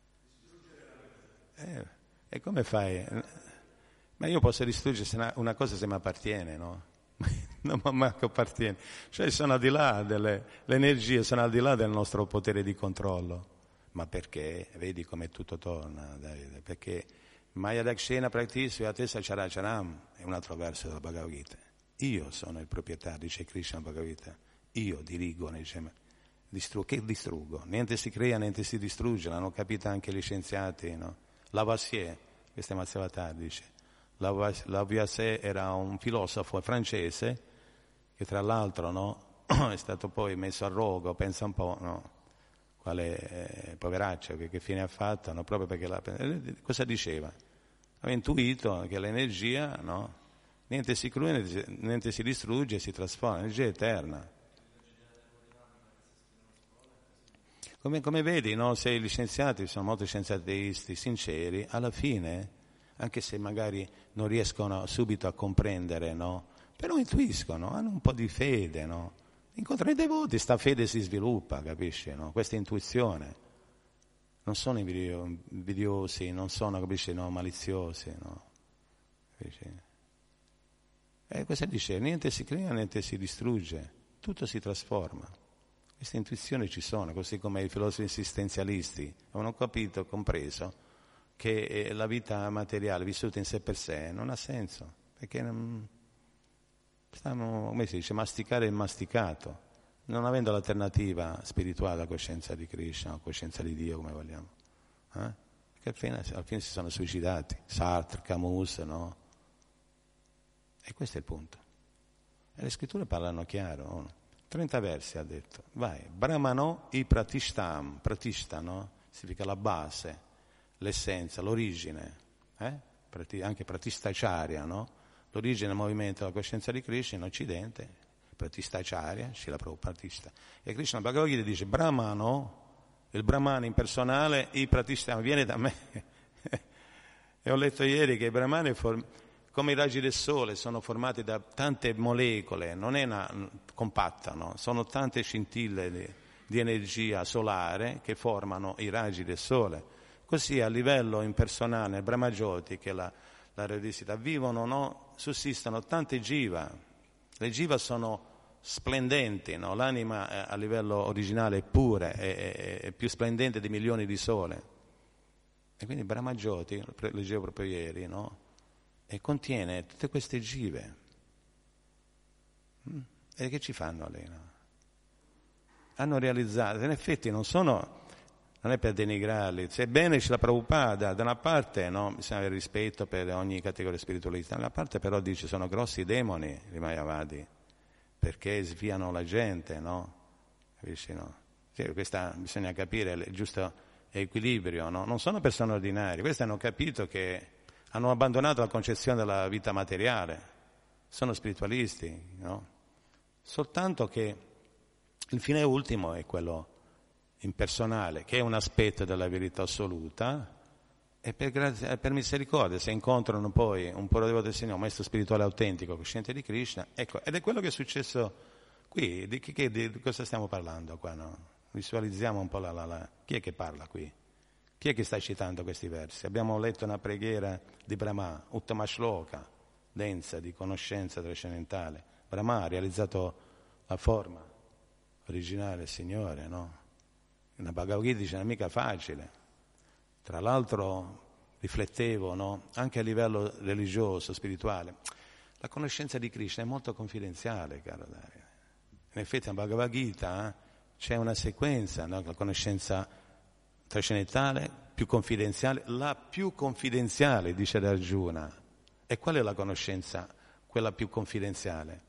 E come fai? Ma io posso distruggere se una cosa se mi appartiene, no? Non mi manco appartiene. Cioè sono al di là le energie sono al di là del nostro potere di controllo. Ma perché? Vedi come tutto torna, Davide? Perché Maya Dakshena Praktis Vyatesa Characharam è un altro verso della Bhagavad Gita. Io sono il proprietario, dice Krishna Bhagavad Gita. Io dirigo, dice, che distruggo? Niente si crea, niente si distrugge, l'hanno capito anche gli scienziati, no? Lavoisier, questo è Mazzavatà, dice. Lavoisier era un filosofo francese che tra l'altro, no, è stato poi messo a rogo, pensa un po', no? Quale poveraccio, che fine ha fatto, no? Proprio perché cosa diceva? Aveva intuito che l'energia, no? Niente si crea, niente si distrugge, si trasforma, l'energia è eterna. Come vedi, no? Se gli scienziati sono molti scienziati ateisti sinceri, alla fine, anche se magari non riescono subito a comprendere, no? Però intuiscono, hanno un po' di fede, no? Incontrano i devoti, sta fede si sviluppa, capisci? No? Questa intuizione. Non sono invidiosi, non sono, capisci, no, maliziosi, no? Capisci? Cosa dice? Niente si crea, niente si distrugge, tutto si trasforma. Queste intuizioni ci sono, così come i filosofi esistenzialisti avevano capito, compreso, che la vita materiale vissuta in sé per sé non ha senso, perché stanno, come si dice, masticare il masticato, non avendo l'alternativa spirituale alla coscienza di Krishna o coscienza di Dio, come vogliamo. Perché alla fine si sono suicidati, Sartre, Camus, no? E questo è il punto. E le scritture parlano chiaro, no? 30 versi ha detto, vai, Brahmano i pratishtam, pratishta, no? Significa la base, l'essenza, l'origine, anche pratistacharya, no? L'origine del movimento della coscienza di Krishna in Occidente, pratistacharya, Srila Prabhupada pratista. E Krishna Bhagavad Gita dice, Brahmano, il Brahmana impersonale, i pratishtam, viene da me. E ho letto ieri che i Brahmani come i raggi del sole sono formati da tante molecole, non è compatta, no? Sono tante scintille di energia solare che formano i raggi del sole. Così a livello impersonale, nel Brahmajyoti, che è la radicità, vivono, no? Sussistono tante jiva. Le jiva sono splendenti, no? L'anima a livello originale è pura, è più splendente di milioni di sole. E quindi Brahmajyoti, leggevo proprio ieri, no? E contiene tutte queste jive. E che ci fanno lì? No? Hanno realizzato, in effetti non è per denigrarli, sebbene c'è la Prabhupada, da una parte, no, bisogna avere rispetto per ogni categoria spiritualista, dall'altra parte però dice sono grossi demoni i Mayavadi, perché sviano la gente, no? Capisci, no? Questa bisogna capire il giusto equilibrio, no? Non sono persone ordinarie, questi hanno capito che hanno abbandonato la concezione della vita materiale, sono spiritualisti, no? Soltanto che il fine ultimo è quello impersonale, che è un aspetto della verità assoluta, e per misericordia, se incontrano poi un puro devoto del Signore, un maestro spirituale autentico, cosciente di Krishna, ecco, ed è quello che è successo qui. Di cosa stiamo parlando qua, no? Visualizziamo un po' chi è che parla qui? Chi è che sta citando questi versi? Abbiamo letto una preghiera di Brahma, Uttama Shloka, densa di conoscenza trascendentale. Brahma ha realizzato la forma originale del Signore, no? Una Bhagavad Gita dice, non è mica facile. Tra l'altro riflettevo, no? Anche a livello religioso, spirituale. La conoscenza di Krishna è molto confidenziale, caro Dario. In effetti nella Bhagavad Gita c'è una sequenza, no? La conoscenza trascendentale, più confidenziale, la più confidenziale, dice Arjuna. E qual è la conoscenza, quella più confidenziale?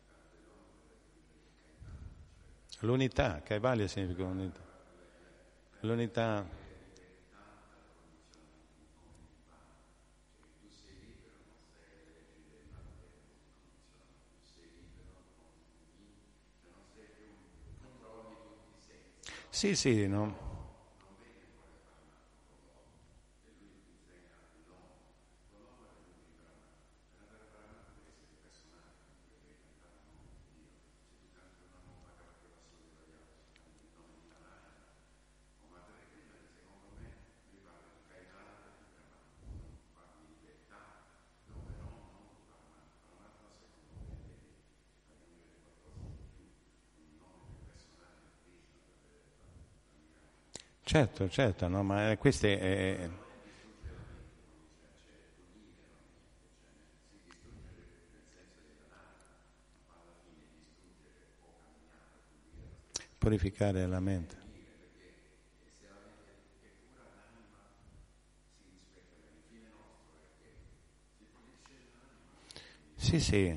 L'unità, Kaivalya significa unità. l'unità. Sì, sì, no? Certo, certo, no, ma queste purificare la mente. Sì, sì.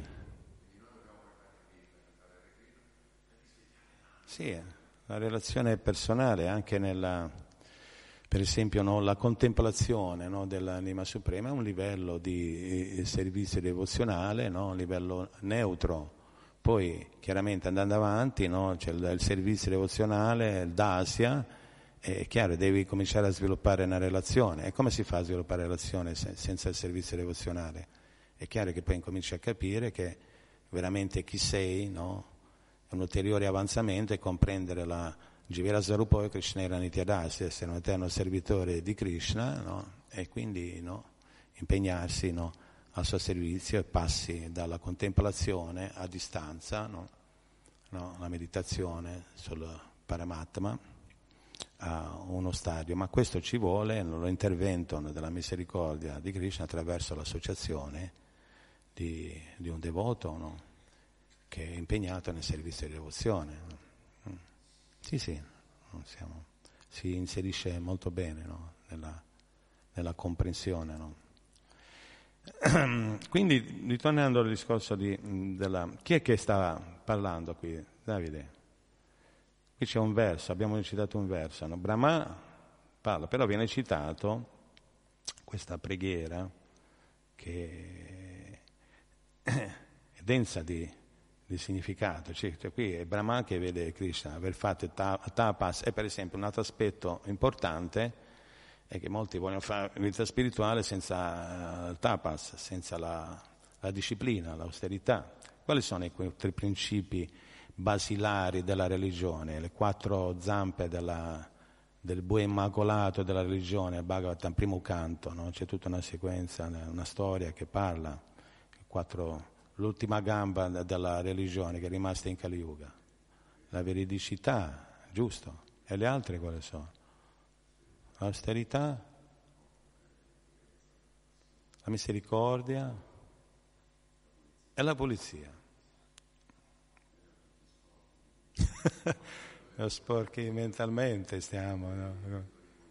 Sì, la relazione personale anche nella, per esempio, no, la contemplazione, no, dell'anima suprema è un livello di servizio devozionale, no, un livello neutro. Poi chiaramente andando avanti, no, c'è il servizio devozionale, il dasia, è chiaro, devi cominciare a sviluppare una relazione. E come si fa a sviluppare relazione senza il servizio devozionale? È chiaro che poi incominci a capire che veramente chi sei, no? Un ulteriore avanzamento è comprendere la Jivira Svarupa Krishnera Nityadasi, essere un eterno servitore di Krishna, no? E quindi, no, impegnarsi, no, al suo servizio e passi dalla contemplazione a distanza, no, la meditazione sul Paramatma a uno stadio, ma questo ci vuole l'intervento della misericordia di Krishna attraverso l'associazione di un devoto, no, che è impegnato nel servizio di devozione. Sì, sì, si inserisce molto bene, no, nella comprensione. No. Quindi, ritornando al discorso chi è che sta parlando qui? Davide? Qui c'è un verso, abbiamo citato un verso, no? Brahma parla, però viene citato questa preghiera che è densa di significato, cioè qui è Brahma che vede Krishna aver fatto tapas, e per esempio un altro aspetto importante è che molti vogliono fare vita spirituale senza tapas, senza la disciplina, l'austerità. Quali sono i 3 principi basilari della religione, le 4 zampe del bue immacolato della religione, Bhagavatam, primo canto, no? C'è tutta una sequenza, una storia che parla, l'ultima gamba della religione che è rimasta in Kali Yuga, la veridicità, giusto? E le altre quali sono? L'austerità, la misericordia e la pulizia. Lo sporchi mentalmente stiamo, no?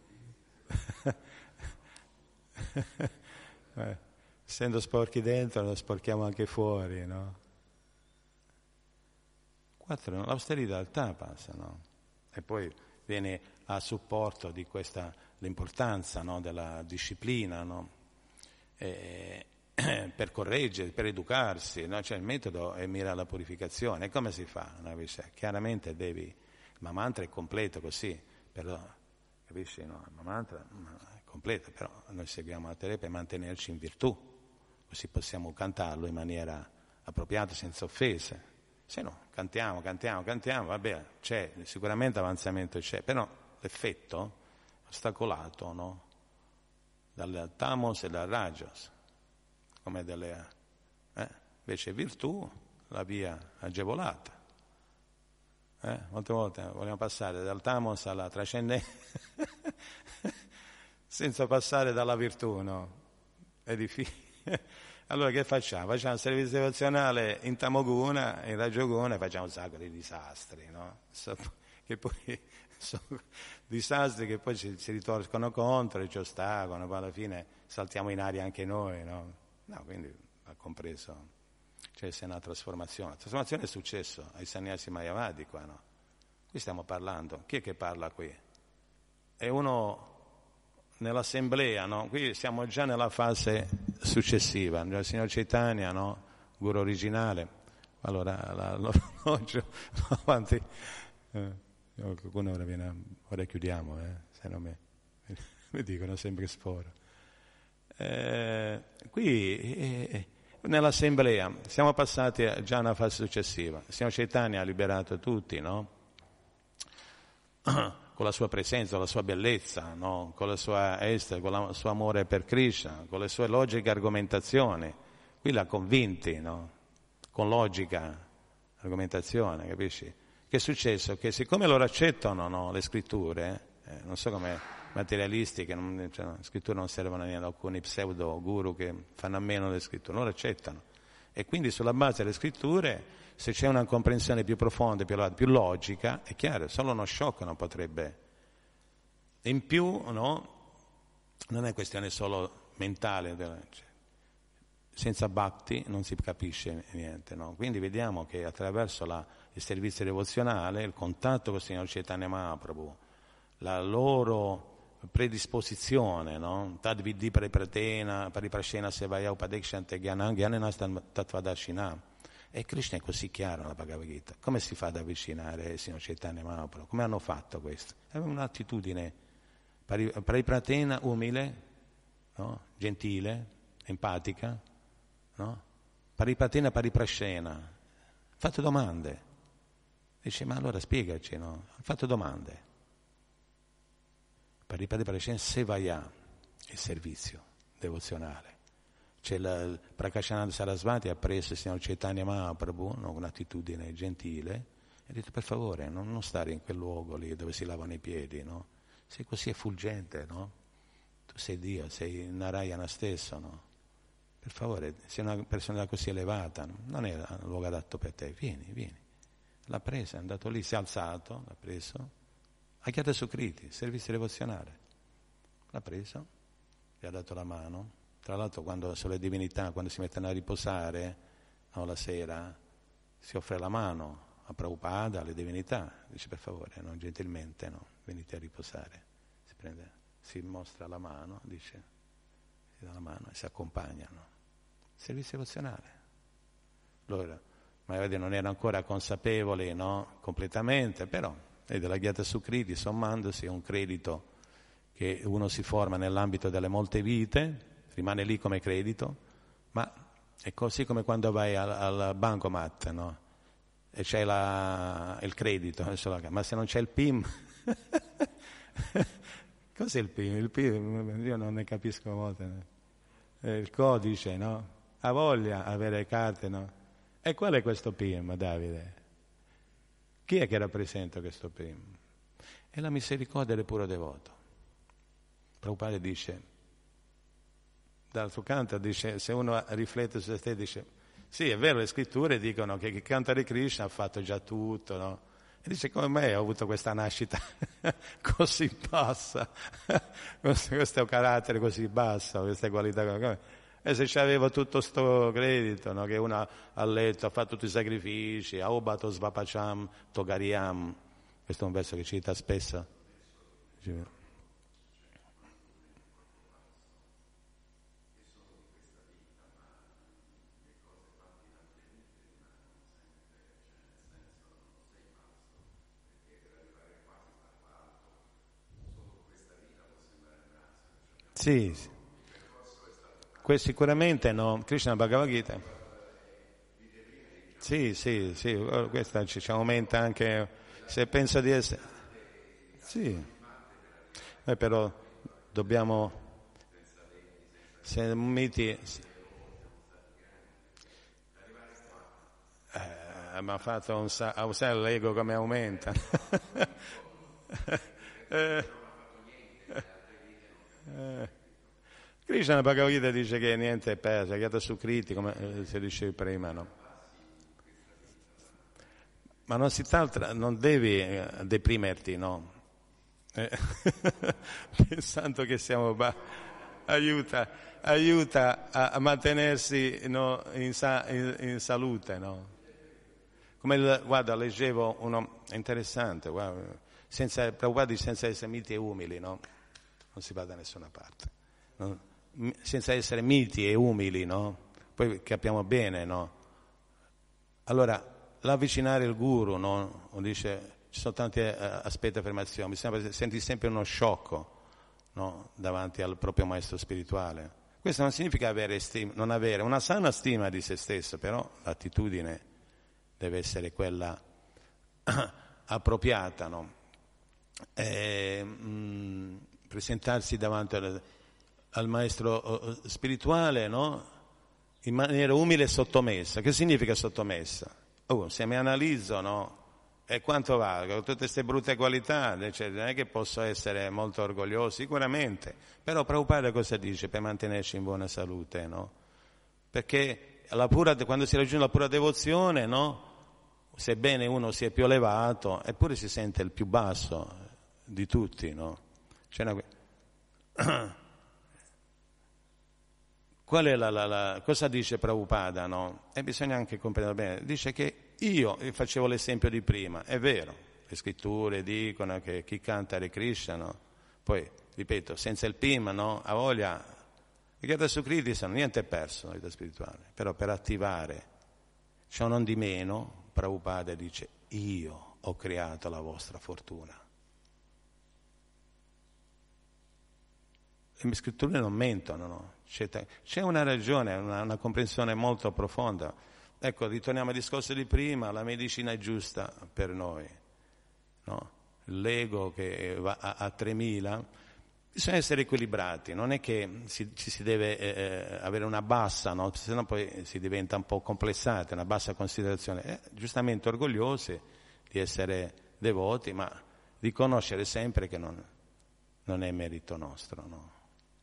Essendo sporchi dentro, lo sporchiamo anche fuori, no? 4, l'austerità, il tapas, no? E poi viene a supporto di questa l'importanza, no, della disciplina, no? Per correggere, per educarsi, no? Cioè il metodo è mira alla purificazione. E come si fa? No? Chiaramente il mantra è completo così, però, capisci? No? Il mantra è completo, però noi seguiamo la Tere per mantenerci in virtù. Così possiamo cantarlo in maniera appropriata, senza offese. Se no, cantiamo, vabbè, c'è, sicuramente avanzamento c'è, però l'effetto è ostacolato, no? Dal tamos e dal rajas, come invece virtù, la via agevolata. Molte volte vogliamo passare dal tamos alla trascendenza senza passare dalla virtù, no? È difficile. Allora che facciamo? Facciamo il servizio devozionale in Tamoguna, in Rajoguna, e facciamo un sacco di disastri, no? Che poi sono disastri che poi si ritorcono contro e ci ostacolano, poi alla fine saltiamo in aria anche noi, no? No, quindi va compreso, c'è una trasformazione. La trasformazione è successo ai sannyasi mayavadi qua, no? Qui stiamo parlando, chi è che parla qui? e uno nell'assemblea, no? Qui siamo già nella fase successiva, il signor Chaitanya, no? Guru originale, allora l'orologio avanti, qualcuno ora viene, ora chiudiamo, se no mi dicono sempre sforo. Qui nell'assemblea siamo passati già a una fase successiva, il signor Chaitanya ha liberato tutti, no? Con la sua presenza, con la sua bellezza, no? Con la sua estasi, con il suo amore per Krishna, con le sue logiche argomentazioni. Qui l'ha convinti, no? Con logica, argomentazione, capisci? Che è successo? Che siccome loro accettano, no, le scritture, non so come materialisti, che le scritture non servono a niente, alcuni pseudo guru che fanno a meno delle scritture, loro accettano. E quindi sulla base delle scritture, se c'è una comprensione più profonda, più logica, è chiaro, solo uno shock non potrebbe. In più, no, non è questione solo mentale, cioè, senza bhakti non si capisce niente, no? Quindi vediamo che attraverso il servizio devozionale, il contatto con il Signor Chaitanya Mahaprabhu, la loro predisposizione, no? Tad vidhi pariprashena sevaya upadekshante gyanenastan tattvadashina. E Krishna è così chiaro nella Bhagavad Gita. Come si fa ad avvicinare il Signor Chaitanya Mahaprabhu? Come hanno fatto questo? Aveva un'attitudine paripratena, umile, no? Gentile, empatica, no? Paripratena pariprashena. Ha fatto domande. Dice, ma allora spiegaci, no? Ha fatto domande. Pariprashena sevaya, il servizio devozionale. C'è il Prakashananda Sarasvati ha preso il signor Chaitanya Mahaprabhu, no, con un'attitudine gentile, e ha detto per favore non stare in quel luogo lì dove si lavano i piedi, no? Sei così effulgente, no? Tu sei Dio, sei Narayana stesso, no? Per favore, sei una persona così elevata, no? Non è un luogo adatto per te, vieni. L'ha presa, è andato lì, si è alzato, l'ha preso, ha chiamato Sukriti, servizio devozionale, l'ha preso, gli ha dato la mano. Tra l'altro quando sulle divinità, quando si mettono a riposare, no, la sera, si offre la mano a Prabhupada, alle divinità, dice per favore, no, gentilmente, no, venite a riposare. Si mostra la mano, dice, si dà la mano e si accompagnano. Servizio devozionale. Loro, magari non erano ancora consapevoli, no, completamente, però della Gyata Sukriti, sommandosi, è un credito che uno si forma nell'ambito delle molte vite, rimane lì come credito, ma è così come quando vai al bancomat, no? E c'è il credito, ma se non c'è il PIM, cos'è il PIM? Il PIM, io non ne capisco molto, il codice, no? Ha voglia avere carte, no? E qual è questo PIM, Davide? Chi è che rappresenta questo PIM? È la misericordia del puro devoto. Prabhupada dice, d'altro canto dice, se uno riflette su se stesso dice, sì è vero, le scritture dicono che chi canta di Krishna ha fatto già tutto, no? E dice, come mai ho avuto questa nascita così bassa, questo carattere così basso, queste qualità, e se c'avevo tutto sto credito, no? Che uno ha letto, ha fatto tutti i sacrifici, aobato svapacham togariam, questo è un verso che cita spesso. Sì, questo sicuramente no, Krishna Bhagavad Gita. Sì, questa ci aumenta anche, se pensa di essere. Sì, però dobbiamo, se miti, mi ha fatto a usare l'ego come aumenta. Krishna Bhagavad Gita dice che niente è perso, è chiamato Sukriti, come si dice prima, no? Ma non devi deprimerti, no? Pensando che siamo aiuta a mantenersi, no, in salute, no? Guarda, leggevo uno interessante, guarda, Prabhupada dice senza essere miti e umili, no? Non si va da nessuna parte. No? Senza essere miti e umili, no? Poi capiamo bene, no? Allora, l'avvicinare il guru, no? Dice, ci sono tanti aspetti e affermazioni, bisogna sentire sempre uno sciocco, no? Davanti al proprio maestro spirituale. Questo non significa non avere una sana stima di se stesso, però l'attitudine deve essere quella appropriata, no? Presentarsi davanti al maestro spirituale, no? In maniera umile e sottomessa. Che significa sottomessa? Se mi analizzo, no? E quanto valgo? Tutte queste brutte qualità, cioè, non è che posso essere molto orgoglioso, sicuramente, però Prabhupada cosa dice per mantenerci in buona salute, no? Perché quando si raggiunge la pura devozione, no? Sebbene uno sia più elevato, eppure si sente il più basso di tutti, no? Qual è cosa dice Prabhupada, no? E bisogna anche comprendere bene. Dice che io facevo l'esempio di prima, è vero, le scritture dicono che chi canta Hare Krishna, no? Poi, ripeto, senza il prima, no? Ha voglia, i Gata Sukriti sono niente perso nella vita spirituale, però per attivare, ciò non di meno, Prabhupada dice, io ho creato la vostra fortuna. Le mie scritture non mentono, no? C'è una ragione, una comprensione molto profonda. Ecco, ritorniamo al discorso di prima, la medicina è giusta per noi, no? L'ego che va a 3000, bisogna essere equilibrati, non è che ci si deve avere una bassa, no? Sennò poi si diventa un po' complessati, una bassa considerazione. Giustamente orgogliosi di essere devoti, ma riconoscere sempre che non è merito nostro, no?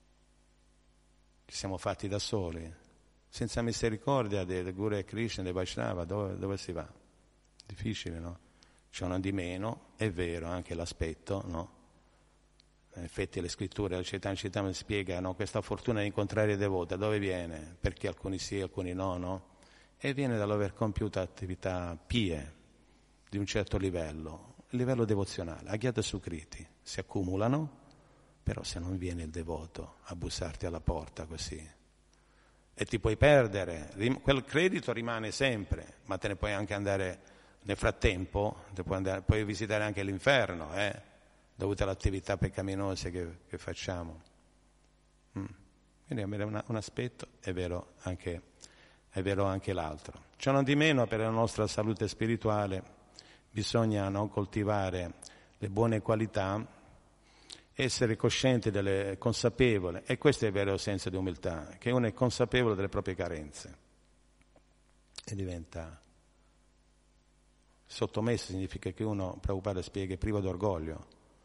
Ci siamo fatti da soli, senza misericordia del Guru e Krishna, dei Vaishnava, dove si va? Difficile, no? C'è uno di meno, è vero anche l'aspetto, no? In effetti le scritture, la Chaitanya spiegano questa fortuna di incontrare i devoti, da dove viene? Perché alcuni sì, alcuni no, no? E viene dall'aver compiuto attività pie di un certo livello, il livello devozionale. Agyata Sukriti si accumulano, però se non viene il devoto a bussarti alla porta così, e ti puoi perdere, quel credito rimane sempre, ma te ne puoi anche andare nel frattempo, puoi visitare anche l'inferno, dovuto all'attività peccaminosa che facciamo. Quindi è un aspetto, è vero anche l'altro. Ciò non di meno, per la nostra salute spirituale bisogna coltivare le buone qualità, essere cosciente consapevole, e questo è il vero senso di umiltà, che uno è consapevole delle proprie carenze e diventa sottomesso. Significa che uno, Prabhupada spiega, è privo d'orgoglio.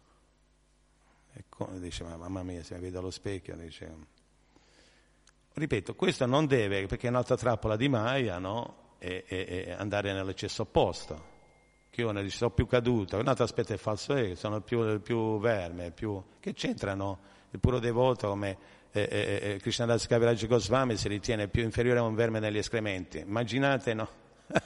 E dice, ma mamma mia, se mi vedo allo specchio, dice. Ripeto, questo non deve, perché è un'altra trappola di Maya, no? E andare nell'eccesso opposto. Che uno dice, sono più caduto, un altro aspetto è falso, sono più verme, che c'entrano il puro devoto come Krishnadas Kaviraj Goswami si ritiene più inferiore a un verme negli escrementi. Immaginate, no?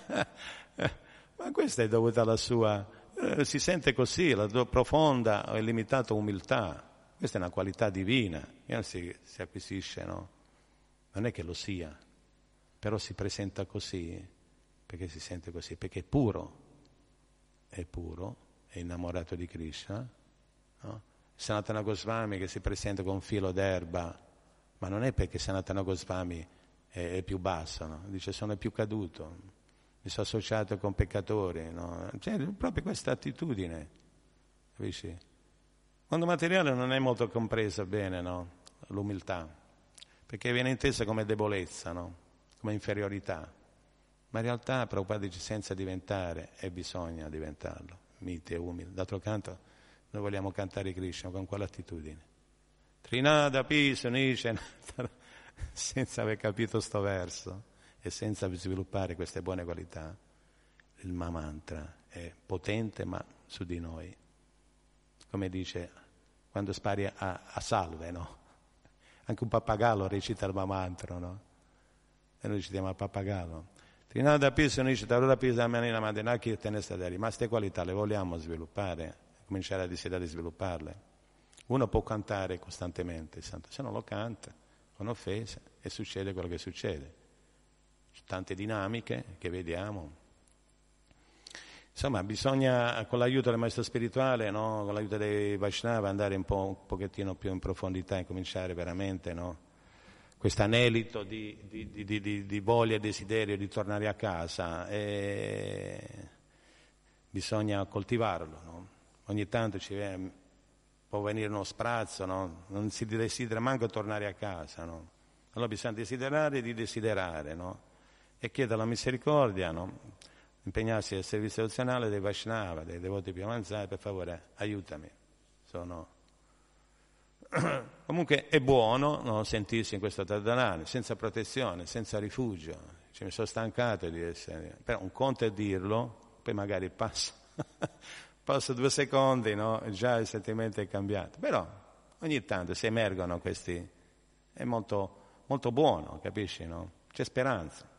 Ma questo è dovuto alla sua, si sente così, la sua profonda e limitata umiltà. Questa è una qualità divina, che non si acquisisce, no? Non è che lo sia, però si presenta così, perché si sente così, perché è puro, è innamorato di Krishna, no? Sanatana Goswami che si presenta con un filo d'erba, ma non è perché Sanatana Goswami è più basso, no? Dice, sono più caduto, mi sono associato con peccatori, no? Cioè, proprio questa attitudine, capisci? Il mondo materiale non è molto compresa bene, no? L'umiltà, perché viene intesa come debolezza, no? Come inferiorità. Ma in realtà Prabhupada dice senza diventare, e bisogna diventarlo, miti e umili. D'altro canto noi vogliamo cantare Krishna con quell'attitudine. Trinada Pisa unisce, senza aver capito sto verso e senza sviluppare queste buone qualità, il Mahamantra è potente ma su di noi. Come dice quando spari a salve, no? Anche un pappagallo recita il Mahamantra, no? E noi recitiamo al pappagallo. Trinada Pisa unisce, Tarura Pisa Manina Madenaki e Tenesaderi. Ma queste qualità le vogliamo sviluppare? cominciare a desiderare di svilupparle. Uno può cantare costantemente il santo, se non lo canta, con offesa, e succede quello che succede. C'è tante dinamiche che vediamo. Insomma, bisogna, con l'aiuto del maestro spirituale, no? Con l'aiuto dei Vaishnava, andare un pochettino più in profondità e cominciare veramente, no? Questo anelito di voglia e desiderio di tornare a casa, e bisogna coltivarlo, no? Ogni tanto può venire uno sprazzo, no? Non si desidera manco tornare a casa, no? Allora bisogna desiderare di desiderare, no? E chiedere la misericordia, no? Impegnarsi al servizio devozionale dei Vaishnava, dei devoti più avanzati, per favore, aiutami. Comunque è buono, no, sentirsi in questo Taddanani, senza protezione, senza rifugio. Mi sono stancato di essere... Però un conto è dirlo, poi magari passa 2 secondi, no? E già il sentimento è cambiato. Però ogni tanto si emergono questi... È molto, molto buono, capisci, no? C'è speranza.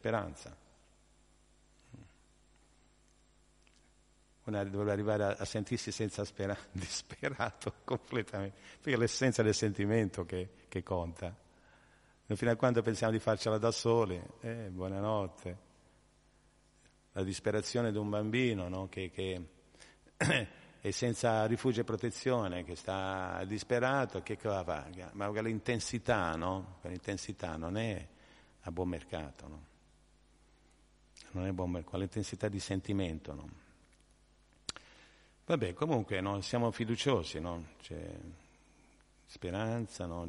Uno dovrebbe arrivare a sentirsi senza disperato completamente, perché è l'essenza del sentimento che conta. Fino a quando pensiamo di farcela da soli, buonanotte. La disperazione di un bambino, no? che è senza rifugio e protezione, che sta disperato, che cosa fa? Ma quell'intensità, no? Quell'intensità non è a buon mercato, no? Non è buon mercato, quell'intensità di sentimento, no? Vabbè, comunque, no, siamo fiduciosi, no? C'è speranza, no?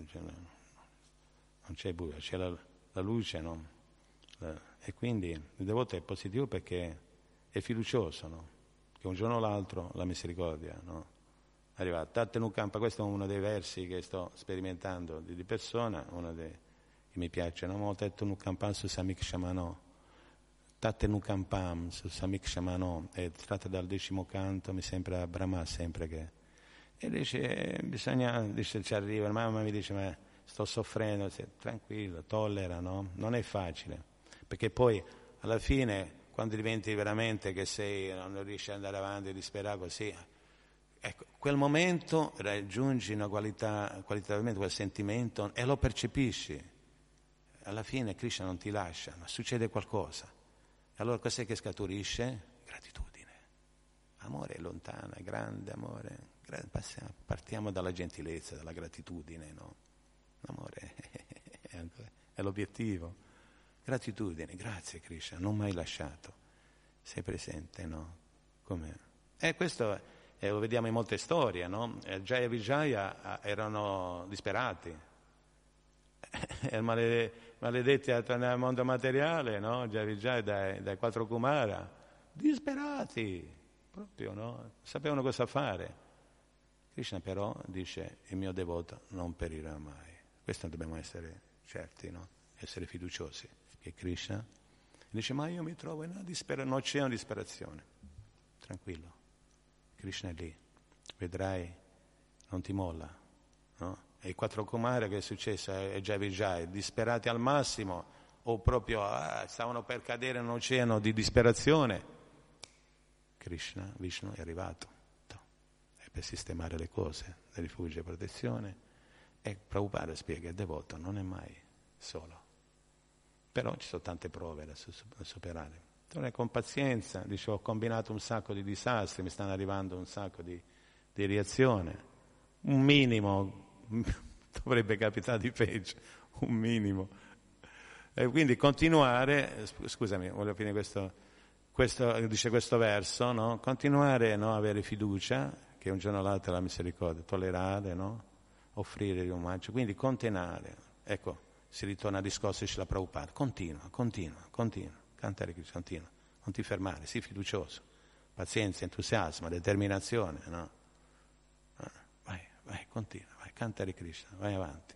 Non c'è buio, c'è la luce, no? E quindi il devoto è positivo perché è fiducioso, no? Che un giorno o l'altro la misericordia, no? Arriva, Tattenu Kampa, questo è uno dei versi che sto sperimentando di persona, uno che mi piace, no? Tattenu Kampam su Samik Shamano. Tattenu Kampam su Samik Shamano, è tratta dal 10° canto, mi sembra Brahma sempre che... E dice, ci arriva, mamma mi dice, ma sto soffrendo, tranquillo, tollera, no? Non è facile, perché poi alla fine, quando diventi veramente che non riesci ad andare avanti, disperato così, ecco, quel momento raggiungi una qualitativamente quel sentimento e lo percepisci. Alla fine Krishna non ti lascia, ma succede qualcosa. Allora cos'è che scaturisce? Gratitudine. Amore è lontano, è grande amore. Partiamo dalla gentilezza, dalla gratitudine, no? L'amore è l'obiettivo. Gratitudine, grazie Krishna, non mai lasciato. Sei presente, no? Com'è? E questo lo vediamo in molte storie, no? Jaya e Vijaya erano disperati. Maledetti nel mondo materiale, no? Jaya e Vijaya dai 4 Kumara, disperati, proprio, no? Sapevano cosa fare. Krishna però dice, il mio devoto non perirà mai. Questo dobbiamo essere certi, no? Essere fiduciosi, che Krishna dice, ma io mi trovo in un oceano di disperazione. Tranquillo, Krishna è lì, vedrai, non ti molla, no? E i 4 Kumara, che è successo? È Jaya Vijaya, disperati al massimo, o proprio stavano per cadere in un oceano di disperazione. Krishna, Vishnu è arrivato, per sistemare le cose, rifugio e protezione, e Prabhupada spiega, il devoto non è mai solo, però ci sono tante prove da superare. Allora, con pazienza, dice, ho combinato un sacco di disastri, mi stanno arrivando un sacco di reazioni, un minimo, dovrebbe capitare di peggio, un minimo, e quindi continuare, scusami, voglio finire questo dice questo verso, no? Continuare, no? Avere fiducia, che un giorno o l'altro la misericordia, tollerare, no? Offrire il omaggio, quindi contenere. Ecco, si ritorna al discorso di Srila Prabhupada, continua, cantare Krishna, continua, non ti fermare, sii fiducioso, pazienza, entusiasmo, determinazione, no? Vai, continua, vai, cantare Krishna, vai avanti.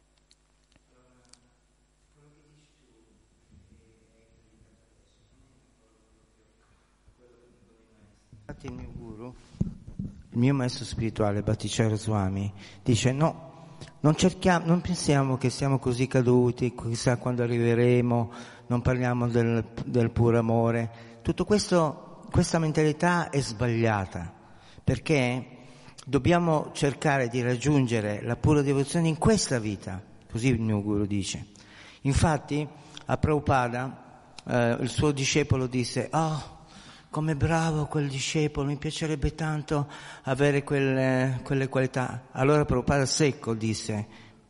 Il mio guru, il mio maestro spirituale Bhatticharya Swami dice non pensiamo che siamo così caduti, chissà quando arriveremo, non parliamo del puro amore. Tutto questo, questa mentalità è sbagliata, perché dobbiamo cercare di raggiungere la pura devozione in questa vita, così il mio guru dice. Infatti a Prabhupada il suo discepolo disse: come bravo quel discepolo, mi piacerebbe tanto avere quelle qualità. Allora Prabhupada secco disse: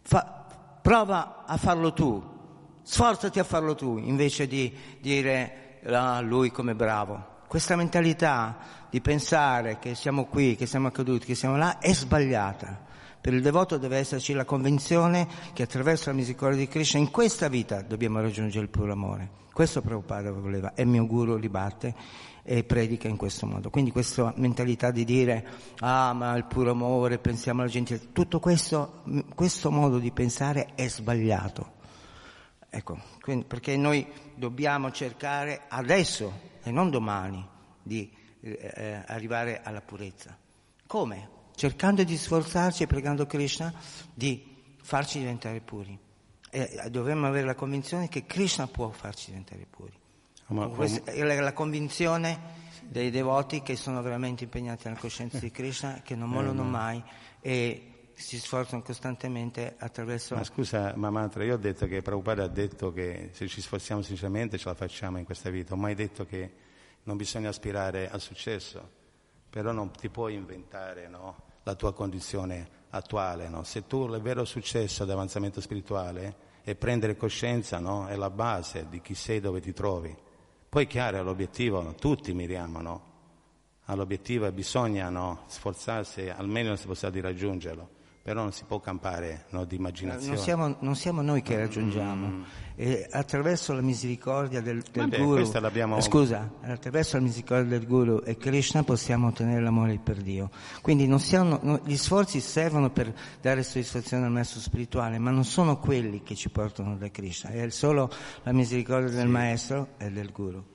prova a farlo tu, sforzati a farlo tu, invece di dire lui come bravo. Questa mentalità di pensare che siamo qui, che siamo accaduti, che siamo là, è sbagliata. Per il devoto deve esserci la convinzione che attraverso la misericordia di Krishna in questa vita dobbiamo raggiungere il puro amore. Questo Prabhupada voleva, e il mio guru li batte e predica in questo modo. Quindi questa mentalità di dire ma il puro amore, pensiamo alla gentilezza, tutto questo modo di pensare è sbagliato. Ecco, quindi, perché noi dobbiamo cercare adesso e non domani di arrivare alla purezza. Come? Cercando di sforzarci e pregando Krishna di farci diventare puri. E dovremmo avere la convinzione che Krishna può farci diventare puri. Questa è la convinzione dei devoti che sono veramente impegnati nella coscienza di Krishna, che non mollano mai e si sforzano costantemente attraverso... Ma scusa, Mamantra, io ho detto che Prabhupada ha detto che se ci sforziamo sinceramente ce la facciamo in questa vita. Ho mai detto che non bisogna aspirare al successo, però non ti puoi inventare, no, la tua condizione attuale, no? Se tu il vero successo d'avanzamento spirituale è prendere coscienza, no, è la base di chi sei, dove ti trovi. Poi chiaro, l'obiettivo, no? Tutti miriamo, no? All'obiettivo e bisogna, no, sforzarsi almeno se possiamo di raggiungerlo. Però non si può campare, no, di immaginazione. Non siamo noi che raggiungiamo. E attraverso la misericordia del Guru, attraverso la misericordia del Guru e Krishna possiamo ottenere l'amore per Dio. Quindi gli sforzi servono per dare soddisfazione al maestro spirituale, ma non sono quelli che ci portano da Krishna, è solo la misericordia del maestro e del Guru.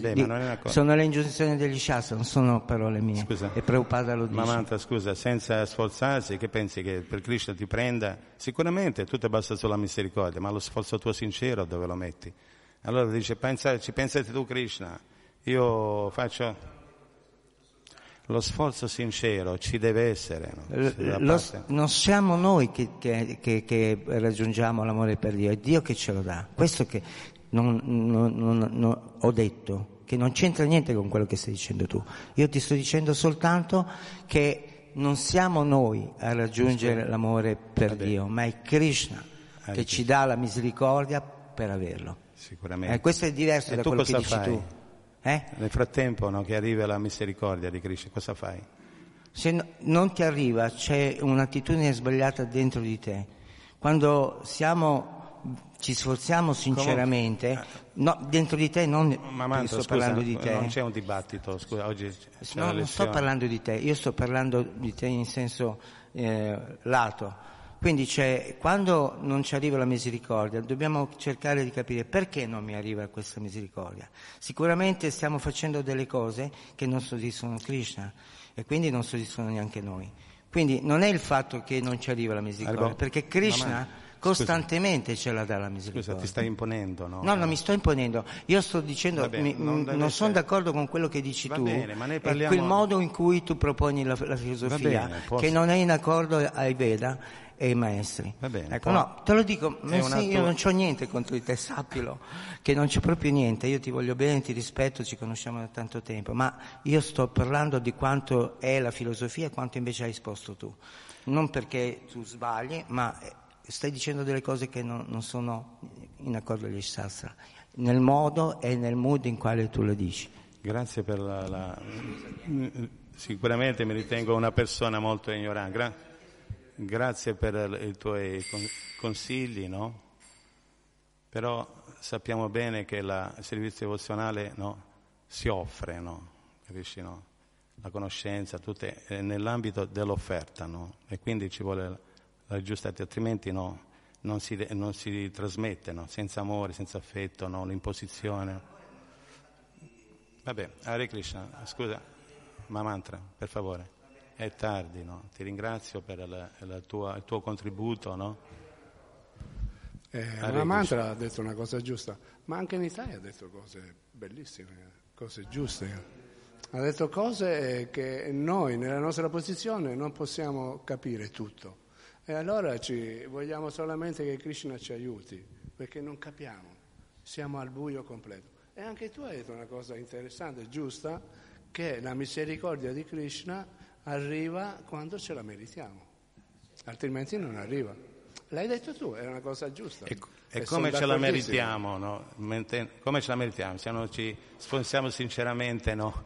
Sono le ingiunzioni degli Shastra, non sono parole mie. Scusa. E Prabhupada lo dice. Mamanta, scusa, senza sforzarsi, che pensi che per Krishna ti prenda? Sicuramente tutto è basato sulla misericordia, ma lo sforzo tuo sincero dove lo metti? Allora dice, ci pensate tu Krishna, io faccio lo sforzo sincero, ci deve essere, no? Non siamo noi che raggiungiamo l'amore per Dio, è Dio che ce lo dà. Questo che non ho detto, che non c'entra niente con quello che stai dicendo tu. Io ti sto dicendo soltanto che non siamo noi a raggiungere l'amore per Dio, ma è Krishna che ci dà la misericordia per averlo. Sicuramente. Questo è diverso da quello che dici tu. Nel frattempo, no, che arriva la misericordia di Krishna, cosa fai? Se non ti arriva, c'è un'attitudine sbagliata dentro di te. Quando ci sforziamo sinceramente, dentro di te non parlando di te. Non c'è un dibattito, scusa, oggi c'è una lezione. Non sto parlando di te, io sto parlando di te in senso lato. Quindi quando non ci arriva la misericordia, dobbiamo cercare di capire perché non mi arriva questa misericordia. Sicuramente stiamo facendo delle cose che non soddisfano Krishna e quindi non soddisfano neanche noi. Quindi non è il fatto che non ci arriva la misericordia, perché Krishna costantemente ce la dà la misericordia. Scusa, ti stai imponendo, no? No, non mi sto imponendo. Io sto dicendo, non sono d'accordo con quello che dici tu. Bene, ma noi parliamo... È quel modo in cui tu proponi la filosofia, che non è in accordo ai Veda e ai maestri. Va bene, ecco, no, te lo dico, io non c'ho niente contro di te, sappilo, che non c'è proprio niente. Io ti voglio bene, ti rispetto, ci conosciamo da tanto tempo, ma io sto parlando di quanto è la filosofia e quanto invece hai esposto tu. Non perché tu sbagli, ma stai dicendo delle cose che non sono in accordo con gli Shastra, nel modo e nel mood in quale tu le dici. Grazie per sicuramente mi ritengo una persona molto ignorante. Grazie per i tuoi consigli, no? Però sappiamo bene che il servizio devozionale, no, si offre, no? Capisci, no? La conoscenza, tutto è nell'ambito dell'offerta, no? E quindi ci vuole la giusta, altrimenti no, non si trasmette, no? Senza amore, senza affetto, no? L'imposizione. Vabbè, Hare Krishna, scusa, Mamantra, per favore. È tardi, no? Ti ringrazio per il tuo contributo, no? Mamantra ha detto una cosa giusta, ma anche in Italia ha detto cose bellissime, cose giuste. Ha detto cose che noi, nella nostra posizione, non possiamo capire tutto. E allora vogliamo solamente che Krishna ci aiuti, perché non capiamo, siamo al buio completo. E anche tu hai detto una cosa interessante, giusta, che la misericordia di Krishna arriva quando ce la meritiamo, altrimenti non arriva. L'hai detto tu, è una cosa giusta. E come ce la meritiamo, no? Come ce la meritiamo? Se non ci sfonsiamo sinceramente, no?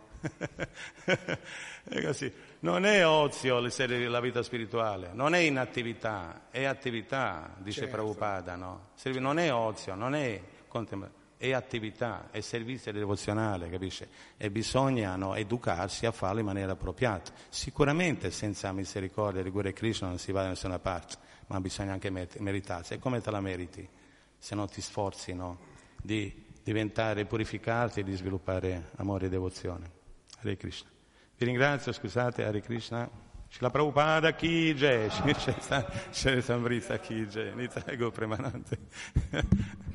È così. Non è ozio la vita spirituale, non è inattività, è attività, dice certo. Prabhupada, no? Non è ozio, non è contemplazione, è attività, è servizio devozionale, capisce? E bisogna educarsi a farlo in maniera appropriata. Sicuramente senza misericordia di Guru Krishna non si va da nessuna parte, ma bisogna anche meritarsi. E come te la meriti? Se non ti sforzi, no? Di diventare, purificarti e di sviluppare amore e devozione. Hare Krishna. Vi ringrazio, scusate, Hare Krishna. Srila Prabhupada ki jai, Shri Samvrita ki jai, Nitya Go Premanante.